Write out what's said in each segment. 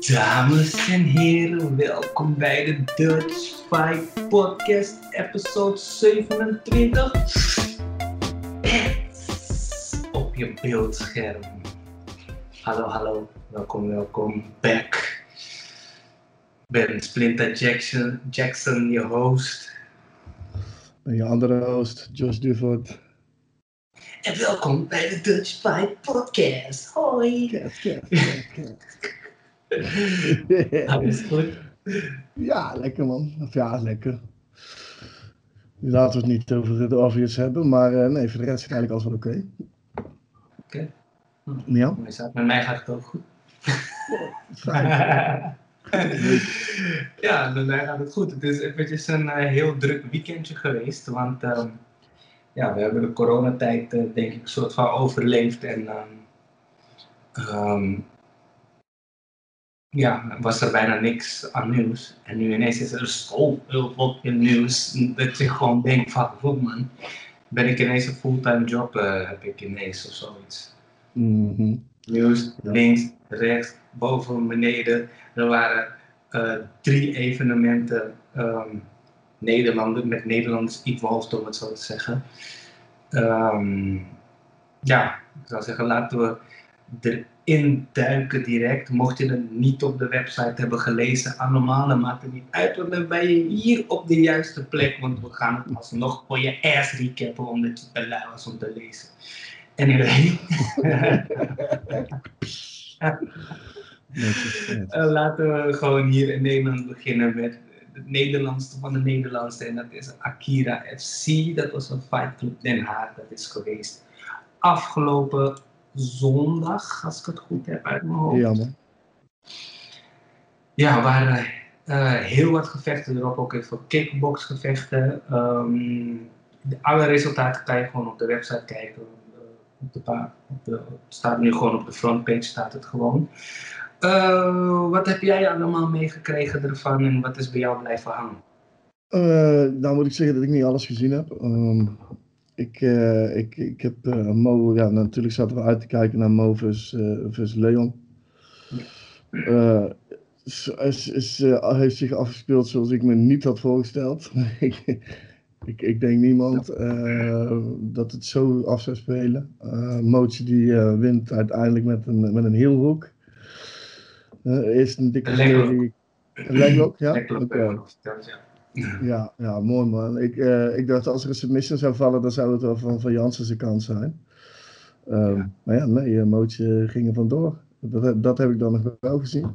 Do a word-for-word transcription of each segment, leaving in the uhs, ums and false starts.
Dames en heren, welkom bij de Dutch Fight Podcast, episode zevenentwintig. Pets op je beeldscherm. Hallo, hallo, welkom, welkom back. Ik ben Splinter Jackson, Jackson, je host. En je andere host, Josh Duvert. En welkom bij de Dutch Fight Podcast. Hoi. Cat, cat, cat, cat. Alles goed? Ja, lekker man. Of ja, lekker. Laten we het niet over het obvious hebben, maar uh, nee, voor de rest is het eigenlijk alles wel oké. Okay. Oké. Okay. Hm. Ja? Met mij gaat het ook goed. Fijn. Ja, met mij gaat het goed. Het is eventjes een uh, heel druk weekendje geweest, want um, ja, we hebben de coronatijd uh, denk ik een soort van overleefd en um, um, ja, was er bijna niks aan nieuws. En nu ineens is er zoveel wat in nieuws dat je gewoon denkt van, oh man, ben ik ineens een fulltime job, uh, heb ik ineens of zoiets. Mm-hmm. Nieuws, links, rechts, boven, beneden. Er waren uh, drie evenementen um, Nederland, met Nederlanders involved, om het zo te zeggen. Um, ja, ik zou zeggen, laten we erin duiken direct. Mocht je het niet op de website hebben gelezen, anormaal, maakt het niet uit, want dan ben je hier op de juiste plek, want we gaan het alsnog voor je ass recappen, omdat je te lui was om te lezen. Anyway. uh, laten we gewoon hier in Nederland beginnen met het Nederlandste van de Nederlandste. En dat is Akira F C. Dat was een Fight Club Den Haag. Dat is geweest afgelopen zondag, als ik het goed heb uit mijn hoofd. Ja, man. Ja, er waren uh, heel wat gevechten erop. Ook even kickboxgevechten. Um, alle resultaten kan je gewoon op de website kijken. Op de pa- op de, het staat nu gewoon op de frontpage, staat het gewoon. Uh, wat heb jij allemaal meegekregen ervan en wat is bij jou blijven hangen? Uh, nou moet ik zeggen dat ik niet alles gezien heb. Um, ik, uh, ik, ik heb uh, Mo, ja natuurlijk zaten we uit te kijken naar Mo versus, uh, versus Leon. Uh, is, is, is, uh, heeft zich afgespeeld zoals ik me niet had voorgesteld. Ik, ik denk niemand uh, dat het zo af zou spelen. Uh, Mootje die uh, wint uiteindelijk met een, met een heel hoek. Uh, eerst een dikke serie. Een leglock, ja? Leglock, okay. ja. Ja, ja, mooi man. Ik, uh, ik dacht als er een submission zou vallen, dan zou het wel van, van Jansen zijn kant zijn. Um, ja. Maar ja, nee, uh, Mootje ging er vandoor. Dat, dat heb ik dan nog wel gezien.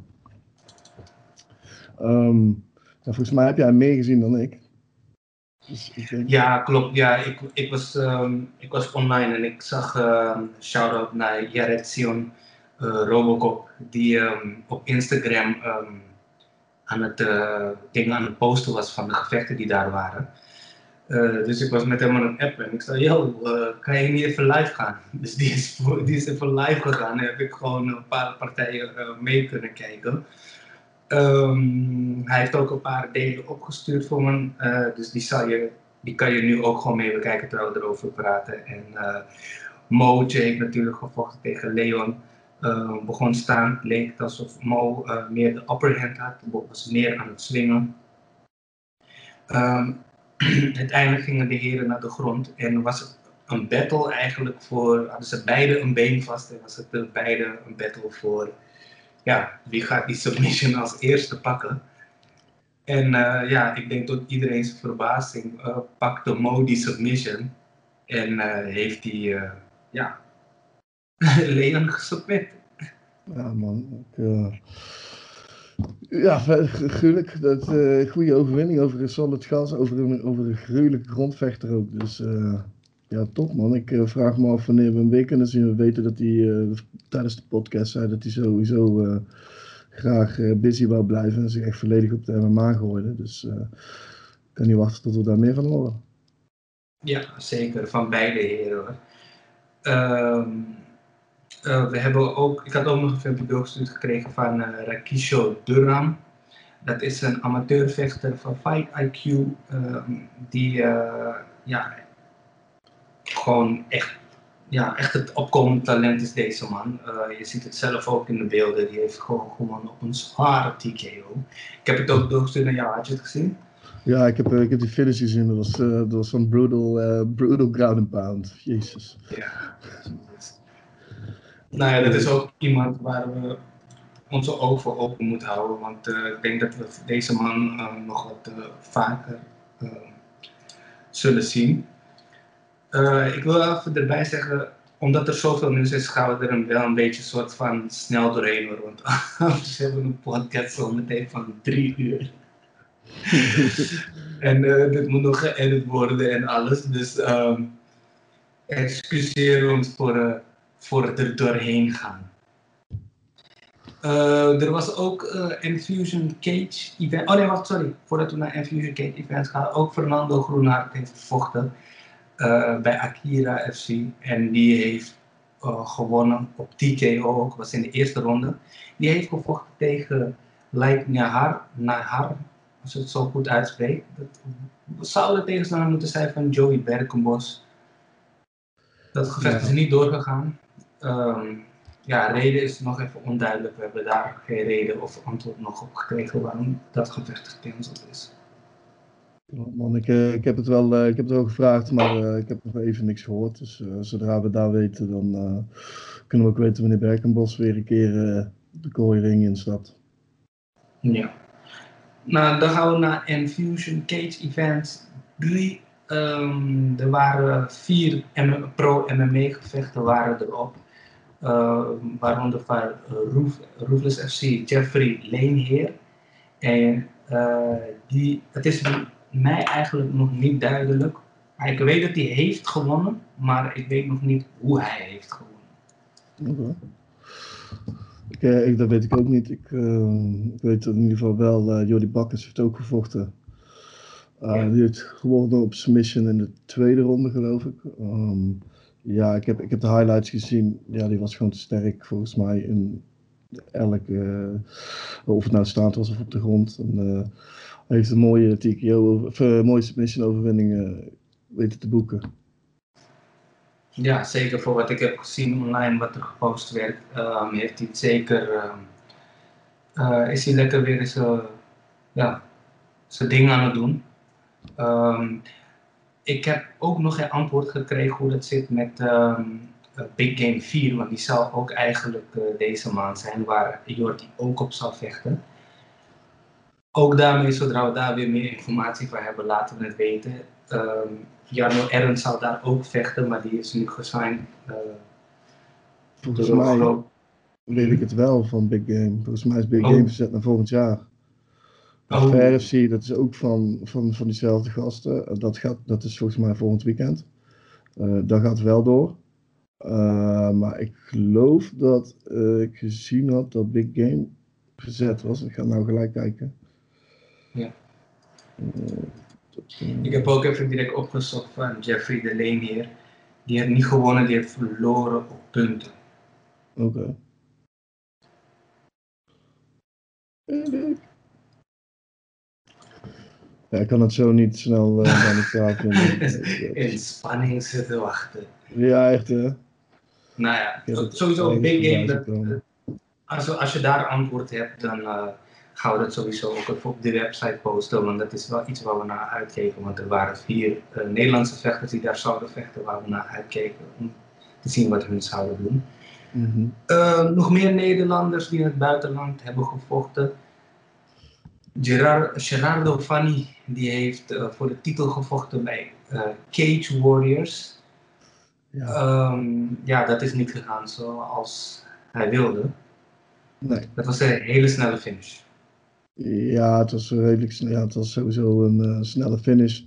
Um, nou, volgens mij heb jij meer gezien dan ik. Dus ik denk... Ja, klopt. Ja, ik, ik, was, um, ik was online en ik zag uh, een shout-out naar Jared Sion uh, Robocop, die um, op Instagram um, aan het uh, ding aan het posten was van de gevechten die daar waren. Uh, dus ik was met hem aan het appen en ik zei, yo, uh, kan je niet even live gaan? Dus die is, die is even live gegaan en heb ik gewoon een paar partijen uh, mee kunnen kijken. Um, hij heeft ook een paar delen opgestuurd voor me, uh, dus die, zal je, die kan je nu ook gewoon mee bekijken terwijl we erover praten. En uh, Mootje heeft natuurlijk gevochten tegen Leon. Uh, begon staan, het leek alsof Mo uh, meer de upper hand had, was meer aan het swingen. Um, uiteindelijk gingen de heren naar de grond en was het een battle eigenlijk voor, hadden ze beide een been vast en was het beide een battle voor, ja, wie gaat die submission als eerste pakken. En uh, ja, ik denk tot iedereen zijn verbazing uh, pakte Mo die submission en uh, heeft die, uh, ja, Leon gesubmit. Ja man, ik, uh... ja, gruwelijk. Dat, uh, goede overwinning over een solid gas, over een, over een gruwelijke grondvechter ook. Dus uh, ja, top man. Ik uh, vraag me af wanneer we hem weer kunnen zien. We weten dat hij uh, tijdens de podcast zei dat hij sowieso uh, graag uh, busy wou blijven en zich echt volledig op de M M A gooide. Dus uh, ik kan niet wachten tot we daar meer van horen. Ja, zeker. Van beide heren hoor. Um, uh, we hebben ook, ik had ook nog een filmpje doorgestuurd gekregen van uh, Rakisho Durham. Dat is een amateurvechter van Fight I Q uh, die uh, ja, gewoon echt ja, echt het opkomend talent is deze man. Uh, je ziet het zelf ook in de beelden. Die heeft gewoon gewonnen op een zware T K O. Ik heb het ook doorgestuurd naar jou. Had je het gezien? Ja, ik heb, ik heb die finish gezien. Dat was, uh, dat was zo'n brutal, uh, brutal ground and pound. Jezus. Ja. Nou ja, dat is ook iemand waar we onze ogen open moeten houden. Want uh, ik denk dat we deze man uh, nog wat uh, vaker uh, zullen zien. Uh, ik wil even erbij zeggen, omdat er zoveel nieuws is, gaan we er een, wel een beetje soort van snel doorheen hoor. Want anders hebben we een podcast zo meteen van drie uur. en uh, dit moet nog geëdit worden en alles. Dus um, excuseer ons voor, uh, voor het er doorheen gaan. Uh, er was ook uh, Infusion Cage event. Oh nee, wacht, sorry. Voordat we naar Infusion Cage event gaan, ook Fernando Groenhart heeft gevochten uh, bij Akira F C. En die heeft uh, gewonnen op T K O, ook was in de eerste ronde. Die heeft gevochten tegen Light Nahar, Nahar, als je het zo goed uitspreekt. Dat zou de tegenstander moeten zijn van Joey Berkenbos. Dat gevecht ja. is niet doorgegaan. Um, Ja, reden is nog even onduidelijk. We hebben daar geen reden of antwoord nog op gekregen waarom dat gevecht gecanceld is. Man, ik, uh, ik heb het wel, uh, ik heb het wel gevraagd, maar uh, ik heb nog even niks gehoord. Dus uh, zodra we daar weten, dan uh, kunnen we ook weten wanneer Berkenbos weer een keer uh, de kooiring instapt. Ja. Nou, dan gaan we naar Infusion Cage Event drie. Um, er waren vier M- pro-M M A gevechten waren erop. Uh, waaronder van uh, Roof, Roofless F C Jeffrey Leenheer. En uh, die, het is mij eigenlijk nog niet duidelijk. Ik weet dat hij heeft gewonnen, maar ik weet nog niet hoe hij heeft gewonnen. Okay. Ik, uh, ik, dat weet ik ook niet. Ik, uh, ik weet in ieder geval wel, uh, Jordi Bakkers heeft ook gevochten. Uh, ja. Die heeft gewonnen op submission in de tweede ronde, geloof ik. Um, ja, ik heb, ik heb de highlights gezien. Ja, die was gewoon te sterk volgens mij in elk, uh, of het nou staand was of op de grond. En, uh, hij heeft een mooie T K O, of uh, mooie submission overwinning uh, weten te boeken. Ja, zeker voor wat ik heb gezien online, wat er gepost werd, um, heeft hij het zeker, uh, uh, is hij lekker weer eens uh, ja, zijn ding aan het doen. Um, ik heb ook nog geen antwoord gekregen hoe dat zit met um, Big Game vier, want die zou ook eigenlijk uh, deze maand zijn, waar Jordi ook op zal vechten. Ook daarmee, zodra we daar weer meer informatie van hebben, laten we het weten. Um, Jarno Ernst zou daar ook vechten, maar die is nu gesigned. Uh, Volgens mij groot... weet ik het wel van Big Game. Volgens mij is Big oh. Game verzet naar volgend jaar. Oh. F R F C, dat is ook van, van, van diezelfde gasten. Dat, gaat, dat is volgens mij volgend weekend. Uh, dat gaat wel door. Uh, maar ik geloof dat uh, ik gezien had dat Big Game verzet was. Ik ga nou gelijk kijken. Ja. Uh, dat, uh... Ik heb ook even direct opgezocht van Jeffrey de Leenheer. Die heeft niet gewonnen, die heeft verloren op punten. Oké. Okay. Ja, ik kan het zo niet snel uh, aan elkaar vinden. In spanning zitten wachten. Ja, echt hè. Nou ja, sowieso Big Game, dat, als, we, als je daar antwoord hebt, dan uh, gaan we dat sowieso ook even op de website posten, want dat is wel iets waar we naar uitkeken, want er waren vier uh, Nederlandse vechters die daar zouden vechten, waar we naar uitkeken om te zien wat hun zouden doen. Mm-hmm. Uh, nog meer Nederlanders die in het buitenland hebben gevochten. Gerard, Gerardo Fanni, die heeft uh, voor de titel gevochten bij uh, Cage Warriors. Ja. Um, ja, dat is niet gegaan zoals hij wilde. Nee. Dat was een hele snelle finish. Ja, het was redelijk snel. Ja, het was sowieso een uh, snelle finish.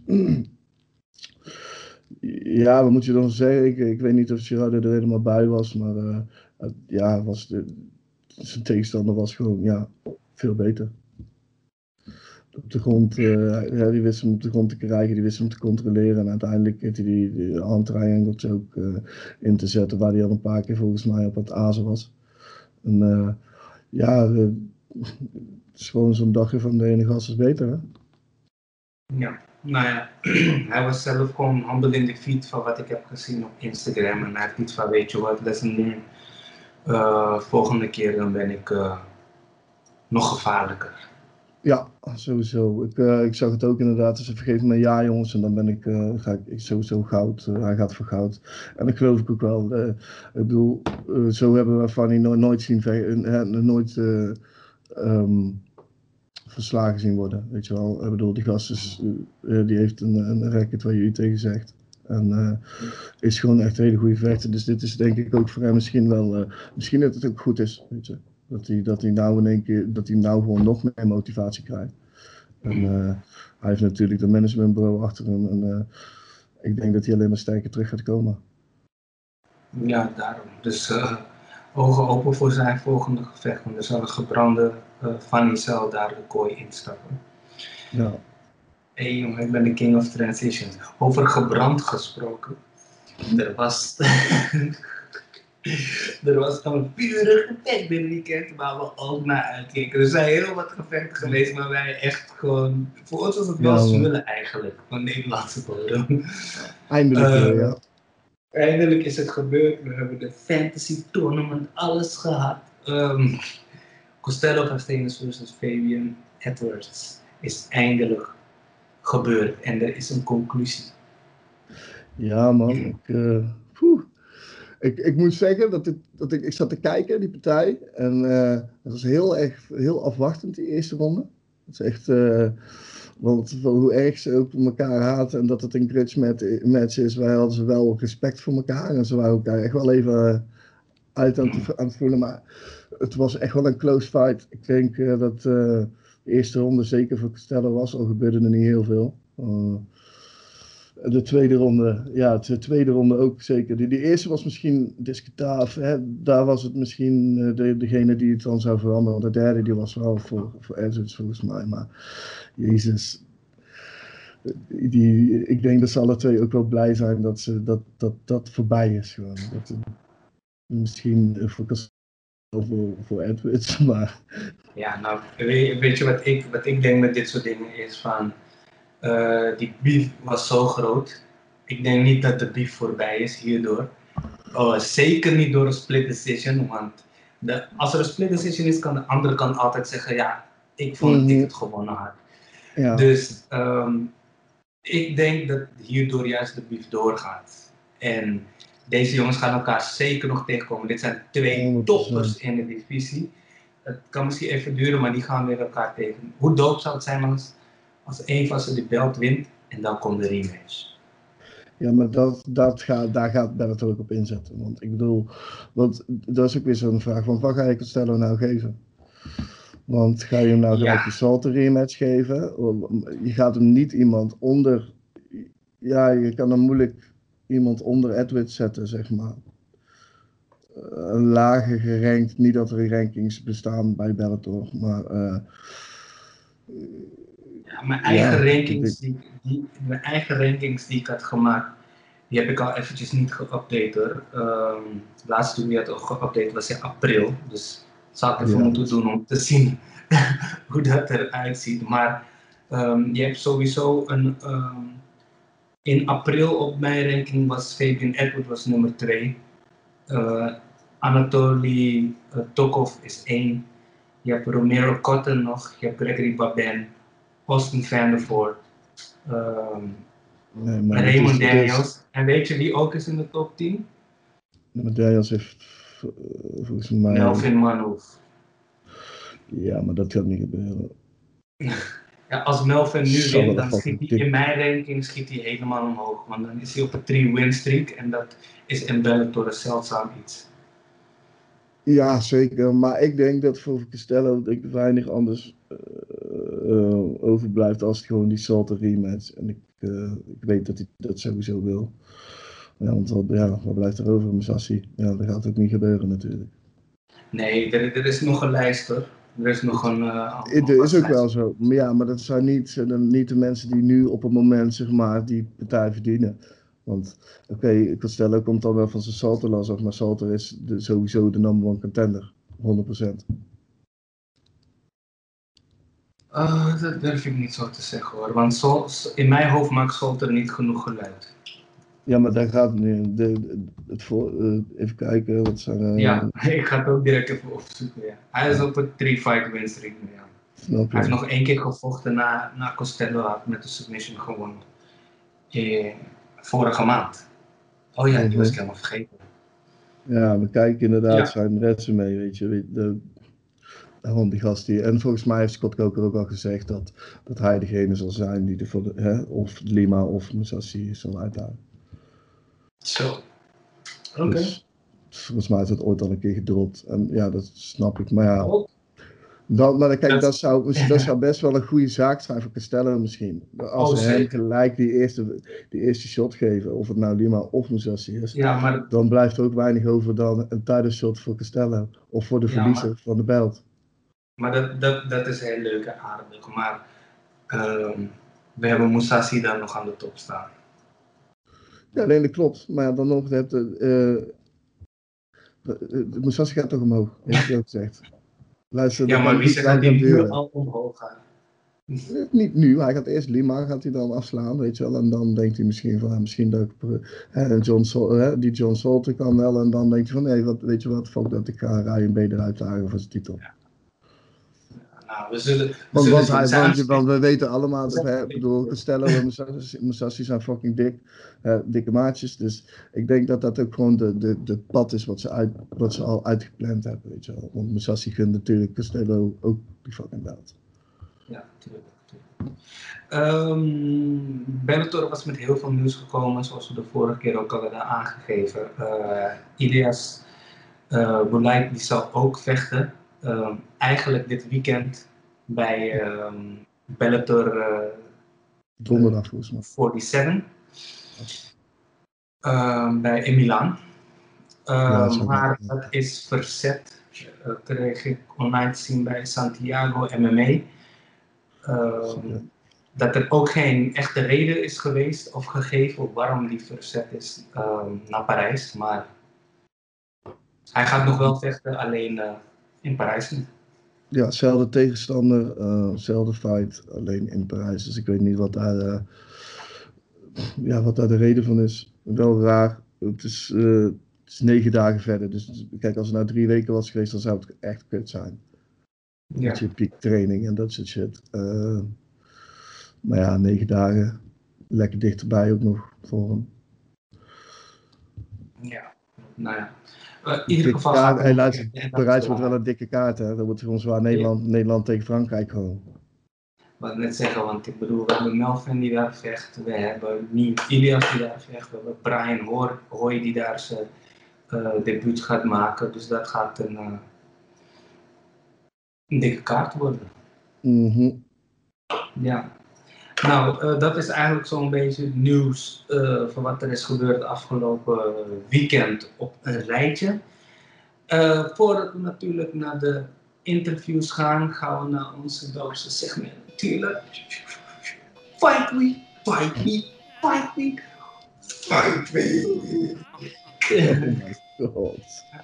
Ja, wat moet je dan zeggen? Ik, ik weet niet of Gerardo er helemaal bij was, maar uh, uh, ja, was de, zijn tegenstander was gewoon ja, veel beter. Op de grond, uh, ja, die wist hem op de grond te krijgen, die wist hem te controleren en uiteindelijk heeft hij die, die handtriangles ook uh, in te zetten waar hij al een paar keer volgens mij op het azen was. En uh, ja, uh, het is gewoon zo'n dagje van de ene gast is beter hè? Ja, Nou ja, hij was zelf gewoon humble in defeat van wat ik heb gezien op Instagram. En hij heeft iets van, weet je wat, lesson learned. Uh, volgende keer dan ben ik uh, nog gevaarlijker. Ja, sowieso. Ik, uh, ik zag het ook inderdaad. Dus vergeef me ja jongens. En dan ben ik, uh, ga ik sowieso goud. Uh, hij gaat voor goud. En dat geloof ik ook wel. Uh, ik bedoel, uh, zo hebben we Fanny no nooit zien uh, nooit uh, um, verslagen zien worden. Weet je wel. Ik bedoel, die gast is, uh, die heeft een, een racket waar je u tegen zegt. En uh, is gewoon echt een hele goede vechter. Dus dit is denk ik ook voor hem misschien wel. Uh, misschien dat het ook goed is. Weet je. Dat hij, dat hij nou in één keer, dat hij nou gewoon nog meer motivatie krijgt. En uh, hij heeft natuurlijk de managementbureau achter hem. En uh, ik denk dat hij alleen maar sterker terug gaat komen. Ja, daarom. Dus uh, ogen open voor zijn volgende gevecht. Want er zal een gebrande uh, Fanny Cel daar de kooi instappen. Ja. Hé hey, jongen, ik ben de king of transitions. Over gebrand gesproken. Er was... Er was een pure gevecht dit weekend waar we ook naar uitkeken. Er zijn heel wat gevechten geweest, maar wij echt gewoon... Voor ons was het wel ja, smullen eigenlijk, van Nederlandse bodem. Eindelijk uh, ja. Eindelijk is het gebeurd. We hebben de fantasy tournament, alles gehad. Um, Costello Castellanos versus Fabian Edwards is eindelijk gebeurd en er is een conclusie. Ja man, ik... Uh, Ik, ik moet zeggen dat, het, dat ik, ik zat te kijken, die partij. En uh, het was heel erg heel afwachtend, die eerste ronde. Het is echt, uh, want hoe erg ze ook elkaar haten en dat het een grudge match is, wij hadden ze wel respect voor elkaar. En ze waren elkaar echt wel even uh, uit aan het, aan het voelen. Maar het was echt wel een close fight. Ik denk uh, dat uh, de eerste ronde zeker voor Costello was, al gebeurde er niet heel veel. Uh, De tweede ronde, ja, de tweede ronde ook zeker. Die, die eerste was misschien discutaaf, hè? Daar was het misschien uh, de, degene die het dan zou veranderen. Want de derde die was wel voor, voor Edwards volgens mij. Maar jezus, die, ik denk dat ze alle twee ook wel blij zijn dat ze, dat, dat, dat voorbij is gewoon. Dat, uh, misschien uh, voor, voor, voor Edwards, maar... Ja, nou, weet, weet je wat ik, wat ik denk met dit soort dingen is van... Uh, die beef was zo groot. Ik denk niet dat de beef voorbij is hierdoor. Oh, zeker niet door een split decision, want de, als er een split decision is, kan de andere kant altijd zeggen, ja, ik vond dat ik het gewonnen had. Ja. Dus um, ik denk dat hierdoor juist de beef doorgaat. En deze jongens gaan elkaar zeker nog tegenkomen. Dit zijn twee honderd procent toppers in de divisie. Het kan misschien even duren, maar die gaan weer elkaar tegen. Hoe dope zou het zijn als Als een van ze de belt wint en dan komt de rematch. Ja, maar dat, dat gaat, daar gaat Bellator ook op inzetten. Want ik bedoel, want dat is ook weer zo'n vraag. Want wat ga je Costello nou geven? Want ga je hem nou gelijk ja. de Salter rematch geven? Je gaat hem niet iemand onder... Ja, je kan hem moeilijk iemand onder Edwards zetten, zeg maar. Een lager gerankt. Niet dat er rankings bestaan bij Bellator, maar... Uh, Ja, mijn eigen, ja, rankings die, die, mijn eigen rankings die ik had gemaakt, die heb ik al eventjes niet geüpdate hoor. Um, de laatste toen die had geüpdate was in april, dus dat zou ik even ja. moeten doen om te zien hoe dat eruit ziet. Maar um, je hebt sowieso een, um, in april op mijn ranking was Fabian Edwards was nummer twee. Uh, Anatoly uh, Tokov is één. Je hebt Romero Cotton nog, je hebt Gregory Babin. Austin Vandervoort, um, nee, Raymond is, Daniels. Is... En weet je wie ook is in de top tien? Maar Daniels heeft uh, volgens mij... Melvin Manhoef. Ja, maar dat gaat niet gebeuren. Ja, als Melvin nu wint, dan schiet hij in mijn ranking schiet hij helemaal omhoog. Want dan is hij op een three win streak en dat is in Bellator een zeldzaam iets. Ja, zeker. Maar ik denk dat voor Costello ik weinig anders uh, uh, overblijft als het gewoon die Salter rematch. En ik, uh, ik weet dat hij dat sowieso wil. Ja, want wat, ja, wat blijft er over? Masassi. Ja, dat gaat ook niet gebeuren natuurlijk. Nee, er, er is nog een lijst hoor. Er is nog een... Uh, het is ook wel zo. Maar ja, maar dat zijn niet, niet de mensen die nu op het moment zeg maar die partij verdienen. Want oké, okay, Costello komt dan wel van zijn Salter af, maar Salter is de, sowieso de number one contender. honderd procent. Uh, dat durf ik niet zo te zeggen hoor, want Sol, in mijn hoofd maakt Solter niet genoeg geluid. Ja, maar daar gaat het nu. De, de, het voor, uh, even kijken, wat zijn... Uh... Ja, ik ga het ook direct even opzoeken, ja. Hij is op een drie fight win streak nu, ja. Snap je? Hij heeft nog één keer gevochten na, na Costello had met de submission gewonnen. Eh, vorige maand. Oh ja, die was ik helemaal vergeten. Ja, we kijken inderdaad Ja. zijn resume, weet je. De, de, die gast die... En volgens mij heeft Scott Coker ook al gezegd dat, dat hij degene zal zijn die de, voor de, hè, of Lima of Musashi zal uitdagen. Zo. Oké. Okay. Dus, volgens mij is dat ooit al een keer gedropt. En ja, dat snap ik. Maar ja... Oh. Dat, maar kijk, dat, dat, zou, dat zou best wel een goede zaak zijn voor Costello misschien. Als oh, ze hem gelijk die eerste, die eerste shot geven, of het nou Lima of Musashi is, ja, maar... dan blijft er ook weinig over dan een title shot voor Costello. Of voor de verliezer ja, maar... van de belt. Maar dat, dat, dat is heel leuk en aardig. Maar um, we hebben Musashi daar nog aan de top staan. Ja, nee, dat klopt. Maar ja, dan nog, je hebt de, uh, de Musashi gaat toch omhoog, heeft hij ook gezegd. Luister, ja, maar wie zegt dat hij nu al omhoog gaat? Niet nu, hij gaat eerst Lima, gaat hij dan afslaan, weet je wel. En dan denkt hij misschien van, misschien dat ik, hè, John Sol, hè, die John Solter kan wel. En dan denkt hij van, nee, wat, weet je wat, fuck dat, ik ga Ryan B eruit dagen voor zijn titel. Ja. Nou, we zullen... We want, zullen want, hij, want, want we weten allemaal, dat, hè, ik bedoel, Costello en Musashi, Musashi zijn fucking dik, uh, dikke maatjes. Dus ik denk dat dat ook gewoon de, de, de pad is wat ze, uit, wat ze al uitgepland hebben, weet je wel. Want Musashi gunt natuurlijk Costello ook die fucking belt. Ja, natuurlijk. Um, Bellator was met heel veel nieuws gekomen, zoals we de vorige keer ook al hadden aangegeven. Uh, Ilias uh, Boulay die zal ook vechten. Um, eigenlijk dit weekend bij um, Bellator uh, donderdag volgens mij. zevenenveertig uh, bij in Milaan. Uh, ja, maar dat is verzet, uh, kreeg ik online te zien bij Santiago M M A. Um, dat er ook geen echte reden is geweest of gegeven waarom die verzet is um, naar Parijs, maar hij gaat nog wel vechten, alleen uh, in Parijs niet. Ja, zelfde tegenstander, uh, zelfde fight, alleen in Parijs. Dus ik weet niet wat daar, uh, ja, wat daar de reden van is. Wel raar. Het is, uh, het is negen dagen verder. Dus kijk, als het nou drie weken was geweest, dan zou het echt kut zijn. Ja. Met je piektraining en dat soort shit. Uh, maar ja, negen dagen. Lekker dichterbij ook nog voor hem. Ja, nou ja. Uh, in ieder geval kaart, hey, luister, Parijs wordt wel een dikke kaart, hè. Dat wordt voor ons waar Nederland, ja. Nederland tegen Frankrijk gewoon. Wat ik net zeggen, want ik bedoel, we hebben Melvin die daar vecht, we hebben niet Ilias die daar vecht, we hebben Brian Hoy die daar zijn uh, debuut gaat maken, dus dat gaat een, uh, een dikke kaart worden. Mm-hmm. Ja. Nou, uh, dat is eigenlijk zo'n beetje nieuws uh, van wat er is gebeurd afgelopen weekend op een rijtje. Uh, voordat we natuurlijk naar de interviews gaan, gaan we naar onze Belgische segment natuurlijk. Fight Week, Fight Week, Fight Week, Fight Week. Oh my god.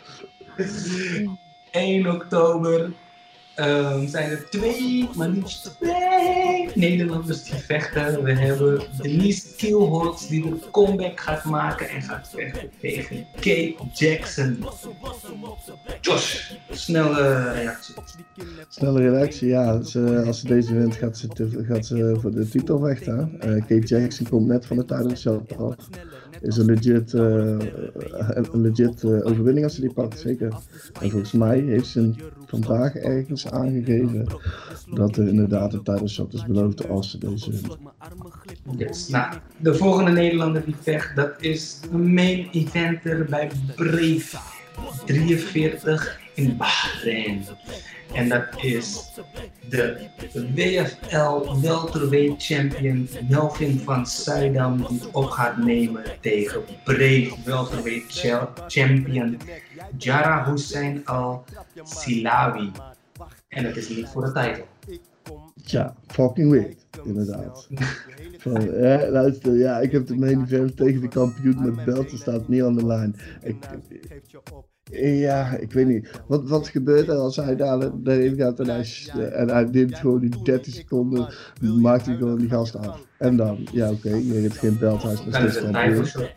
één oktober. Um, zijn er twee, maar liefst twee Nederlanders die vechten. We hebben Denise Kielholtz die de comeback gaat maken en gaat vechten tegen Kate Jackson. Josh, snelle reactie. Snelle reactie, ja. Ze, als ze deze wint gaat ze, te, gaat ze voor de titel vechten. Uh, Kate Jackson komt net van de title shot af. Is een legit, uh, een legit uh, overwinning als ze die pakt, zeker. En volgens mij heeft ze vandaag ergens aangegeven dat er inderdaad een title shot is beloofd als ze deze wint. Yes. Nou, de volgende Nederlander die vecht, dat is een main eventer bij Brave drieënveertig in Bahrein. En dat is de W F L welterweight champion Melvin van Zuidam die het op gaat nemen tegen Brave welterweight champion Jara Hussein Al-Silawi. En dat is niet voor de titel. Tja, fucking weird, inderdaad. Van, ja, luister, ja, ik heb de main event tegen de kampioen met belten, staat niet aan de lijn. Ik, Ja, ik weet niet. Wat, wat gebeurt er als hij daar daarin gaat en hij, en hij neemt gewoon die dertig seconden, maakt hij gewoon die gast af. En dan, ja oké, okay, je hebt geen belt, hij is nog steeds kampioen.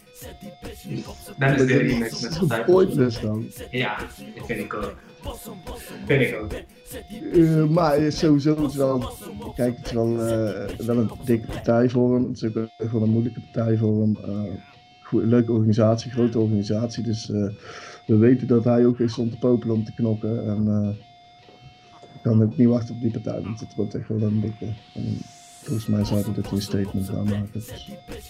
Dan is de remix met de tijd. Pointless dan. Ja, dat vind ik ook. Vind ik ook. Uh, maar sowieso is het wel, kijk, het is wel, uh, wel een dikke partij voor hem. Het is ook gewoon een moeilijke partij voor hem. Uh, goed, leuke organisatie, grote organisatie. Dus uh, we weten dat hij ook is om te popelen, om te knokken. En uh, ik kan ook niet wachten op die partij, want het wordt echt wel een dikke. En volgens mij zouden we dat een statement gaan maken. Dus.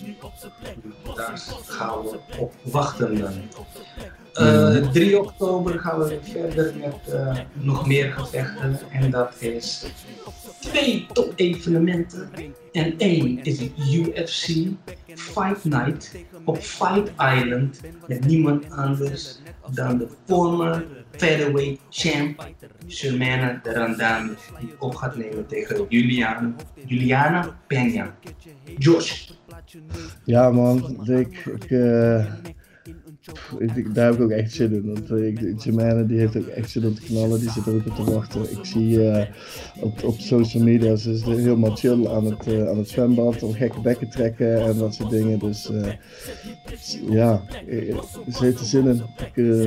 Daar gaan we op wachten dan. Uh, drie oktober gaan we verder met uh, nog meer gevechten en dat is twee top evenementen en één is het U F C Fight Night op Fight Island met niemand anders dan de former featherweight champ Germaine de Randamie die op gaat nemen tegen Juliana, Juliana Peña. Josh. Ja man, Dick, ik... Uh... Ik, daar heb ik ook echt zin in, want uh, Germaine die heeft ook echt zin om te knallen, die zit er ook op te wachten. Ik zie uh, op, op social media, ze is helemaal chill aan het, uh, aan het zwembad, om gekke bekken trekken en dat soort dingen. Dus uh, ja, ze heeft er zin in. Ik uh,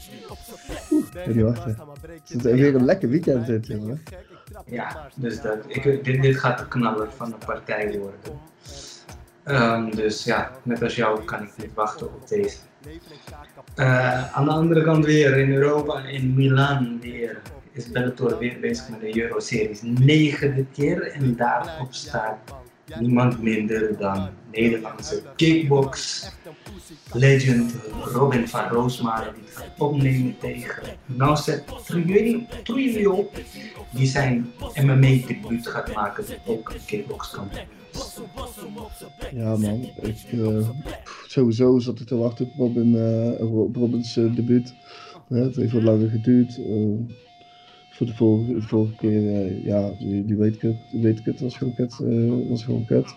kan niet wachten. Het is weer een lekker weekend dit, jongen. Ja, dus dat, ik, dit, dit gaat de knaller van de partij worden. Um, dus ja, net als jou kan ik niet wachten op deze. Uh, aan de andere kant weer in Europa, in Milaan weer, is Bellator weer bezig met de Euro-series. Negende keer en daarop staat niemand minder dan Nederlandse kickbox legend Robin van Roosmalen die het gaat opnemen tegen Nauset Trujillo die zijn M M A debuut gaat maken, ook een kickboxkampioen. Ja man, ik, uh, sowieso zat ik te wachten op, Robin, uh, op Robins uh, debuut. Ja, het heeft wat langer geduurd. Uh, voor de vorige, de vorige keer, uh, ja, die, die weet ik het, die weet ik het, was gewoon kut. Uh, was gewoon kut.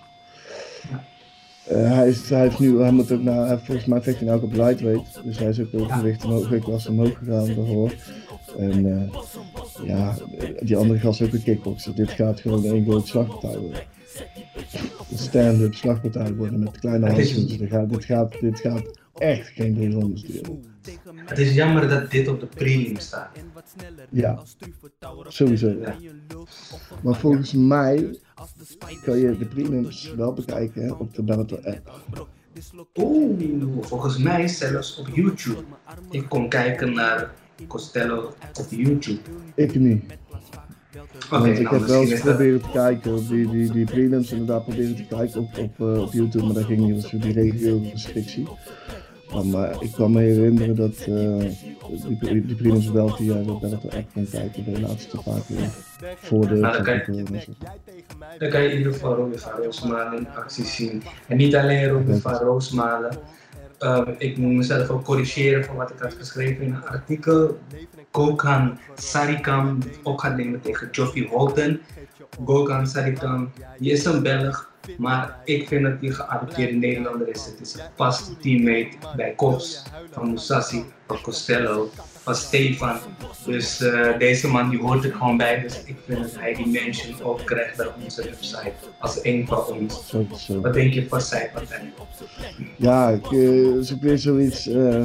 Uh, hij, is, hij heeft nu, hij moet ook naar, hij, volgens mij vecht hij nou ook op lightweight, dus hij is ook een gewicht omhoog, gewicht omhoog gegaan daarvoor. En uh, ja, die andere gast is ook een kickboxer. Dit gaat gewoon een groot slagpartij worden. Een stand-up slagpartij worden met kleine handschoentjes. Dit gaat, dit, gaat, dit gaat echt geen drie rondes duren. Het is jammer dat dit op de premium staat. Ja, sowieso. Ja. Maar volgens mij kan je de premiums wel bekijken hè, op de Bellator app. Oeh, volgens mij zelfs op YouTube. Ik kon kijken naar Costello op YouTube. Ik niet. Okay, Want ik nou, heb wel eens proberen te kijken op die, die, die prelims, inderdaad proberen te kijken op, op, uh, op YouTube, maar dat ging niet, was die regio restrictie. Maar, maar ik kan me herinneren dat uh, die, die prelims wel via de Bellator app kon kijken de laatste paar keer voor de nou, dan, kan je, dan kan je in ieder geval Robin van Roosmalen in actie zien. En niet alleen Robin van Roosmalen. Uh, ik moet mezelf ook corrigeren van wat ik had geschreven in een artikel. Gokhan Sarikam ook gaat nemen tegen Geoffrey Holton. Gokhan Sarikam, die is een Belg, maar ik vind dat die geadopteerde Nederlander is. Het is een vaste teammate bij Kops, van Mousasi, van Costello, van Stefan. Dus uh, deze man die hoort er gewoon bij, dus ik vind dat hij die mention ook krijgt bij onze website als een van ons. Zo, zo. Wat denk je van zijn partij? Ja, ik, uh, dus ik weet zoiets. Uh,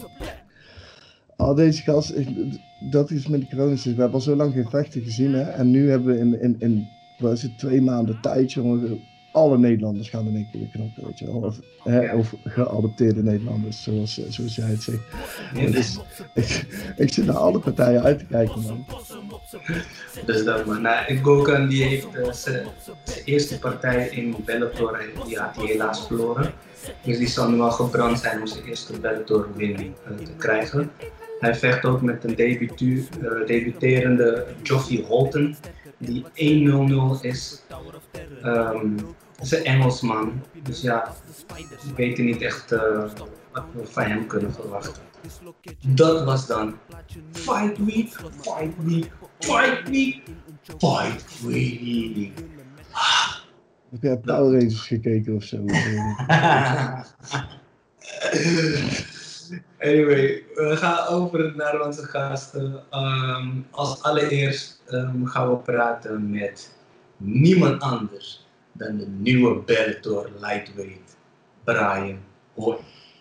al deze gasten, dat is met de corona's. We hebben al zo lang geen vechten gezien hè? En nu hebben we in, in, in wat is het, twee maanden tijd, jongen, alle Nederlanders gaan in één keer knokken, weet je wel. Of, hè, of geadopteerde Nederlanders, zoals, zoals jij het zegt. Ja, dus, ik, ik zit naar alle partijen uit te kijken, man. Dus dat man. Nou, Gokhan die heeft uh, zijn eerste partij in Bellator, die had hij helaas verloren. Dus die zal nu wel gebrand zijn om zijn eerste Bellator winning uh, te krijgen. Hij vecht ook met een debutu, uh, debuterende Geoffrey Holton, die één nul nul is. Um, Het is een Engelsman, dus ja, we weten niet echt uh, wat we van hem kunnen verwachten. Dat was dan Fight Week, Fight Week, Fight Week, Fight Week. Heb jij Power Rangers gekeken of zo? Anyway, we gaan over naar onze gasten. Um, als allereerst um, gaan we praten met niemand anders dan de nieuwe Bellator lightweight, Brian Hoy.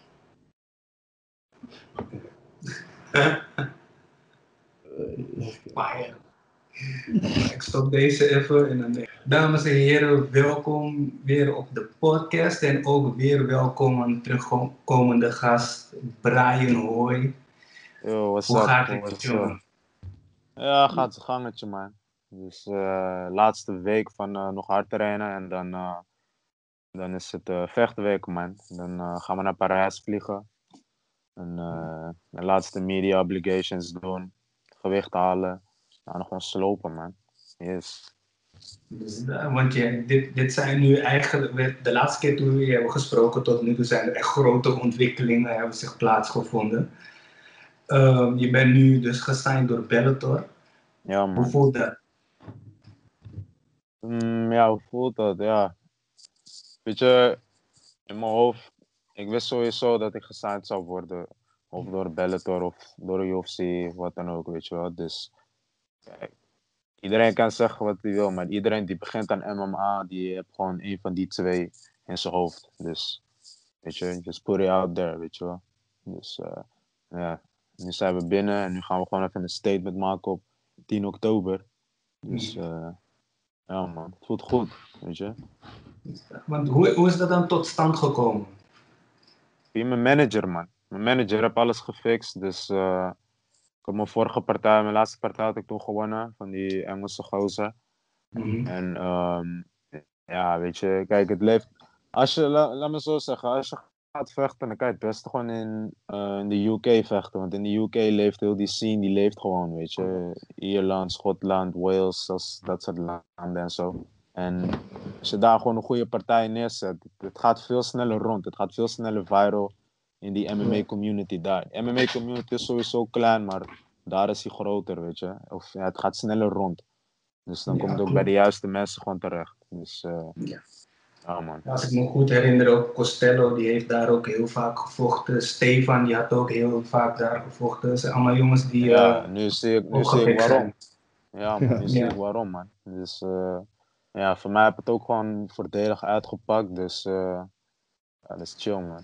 Fire. Ik stop deze even in een. Dames en heren, welkom weer op de podcast en ook weer welkom aan terugkomende gast Brian Hoy. Yo, what's Hoe up? gaat het, What's jongen? up? Ja, gaat zijn gangetje, man. Dus uh, laatste week van uh, nog hard trainen en dan, uh, dan is het uh, vechtweek, man. Dan uh, gaan we naar Parijs vliegen. En uh, de laatste media obligations doen. Gewicht halen. Nou, nog gewoon slopen, man. Yes. Dus, uh, want je, dit, dit zijn nu eigenlijk, de laatste keer toen we je hebben gesproken tot nu toe zijn er echt grote ontwikkelingen hebben zich plaatsgevonden. Uh, je bent nu dus gesigned door Bellator. Ja, man. Hoe voelt dat? Mm, ja, hoe voelt dat? Ja. Weet je, in mijn hoofd, ik wist sowieso dat ik gesigned zou worden. Of door Bellator of door de U F C, wat dan ook, weet je wel. Dus, kijk, iedereen kan zeggen wat hij wil, maar iedereen die begint aan M M A, die heeft gewoon een van die twee in zijn hoofd. Dus, weet je, just put it out there, weet je wel. Dus, uh, ja, nu zijn we binnen en nu gaan we gewoon even een statement maken op tien oktober. Dus, uh, ja man, het voelt goed, weet je. Want hoe, hoe is dat dan tot stand gekomen? Via mijn manager, man. Mijn manager heeft alles gefixt, dus uh, ik heb mijn vorige partij, mijn laatste partij had ik toen gewonnen, van die Engelse gozer. Mm-hmm. En um, ja, weet je, kijk, het leeft. Als je, la, laat me zo zeggen, als je gaat vechten, dan kan je het best gewoon in, uh, in de U K vechten. Want in de U K leeft heel die scene, die leeft gewoon, weet je. Ierland, Schotland, Wales, dat, dat soort landen en zo. En als je daar gewoon een goede partij neerzet, het, het gaat veel sneller rond. Het gaat veel sneller viral in die M M A community daar. M M A community is sowieso klein, maar daar is hij groter, weet je. Of ja, het gaat sneller rond. Dus dan Ja, komt het ook klopt. bij de juiste mensen gewoon terecht. Dus uh, Ja. ja, man. Als ik me goed herinner, ook Costello, die heeft daar ook heel vaak gevochten. Stefan, die had ook heel vaak daar gevochten. Dat zijn allemaal jongens die Ja, uh, nu zie ik, nu ook zie ik gepikt waarom. zijn. Ja, man, nu Ja. zie Ja. ik waarom, man. Dus uh, ja, voor mij heb het ook gewoon voordelig uitgepakt. Dus uh, ja, dat is chill, man.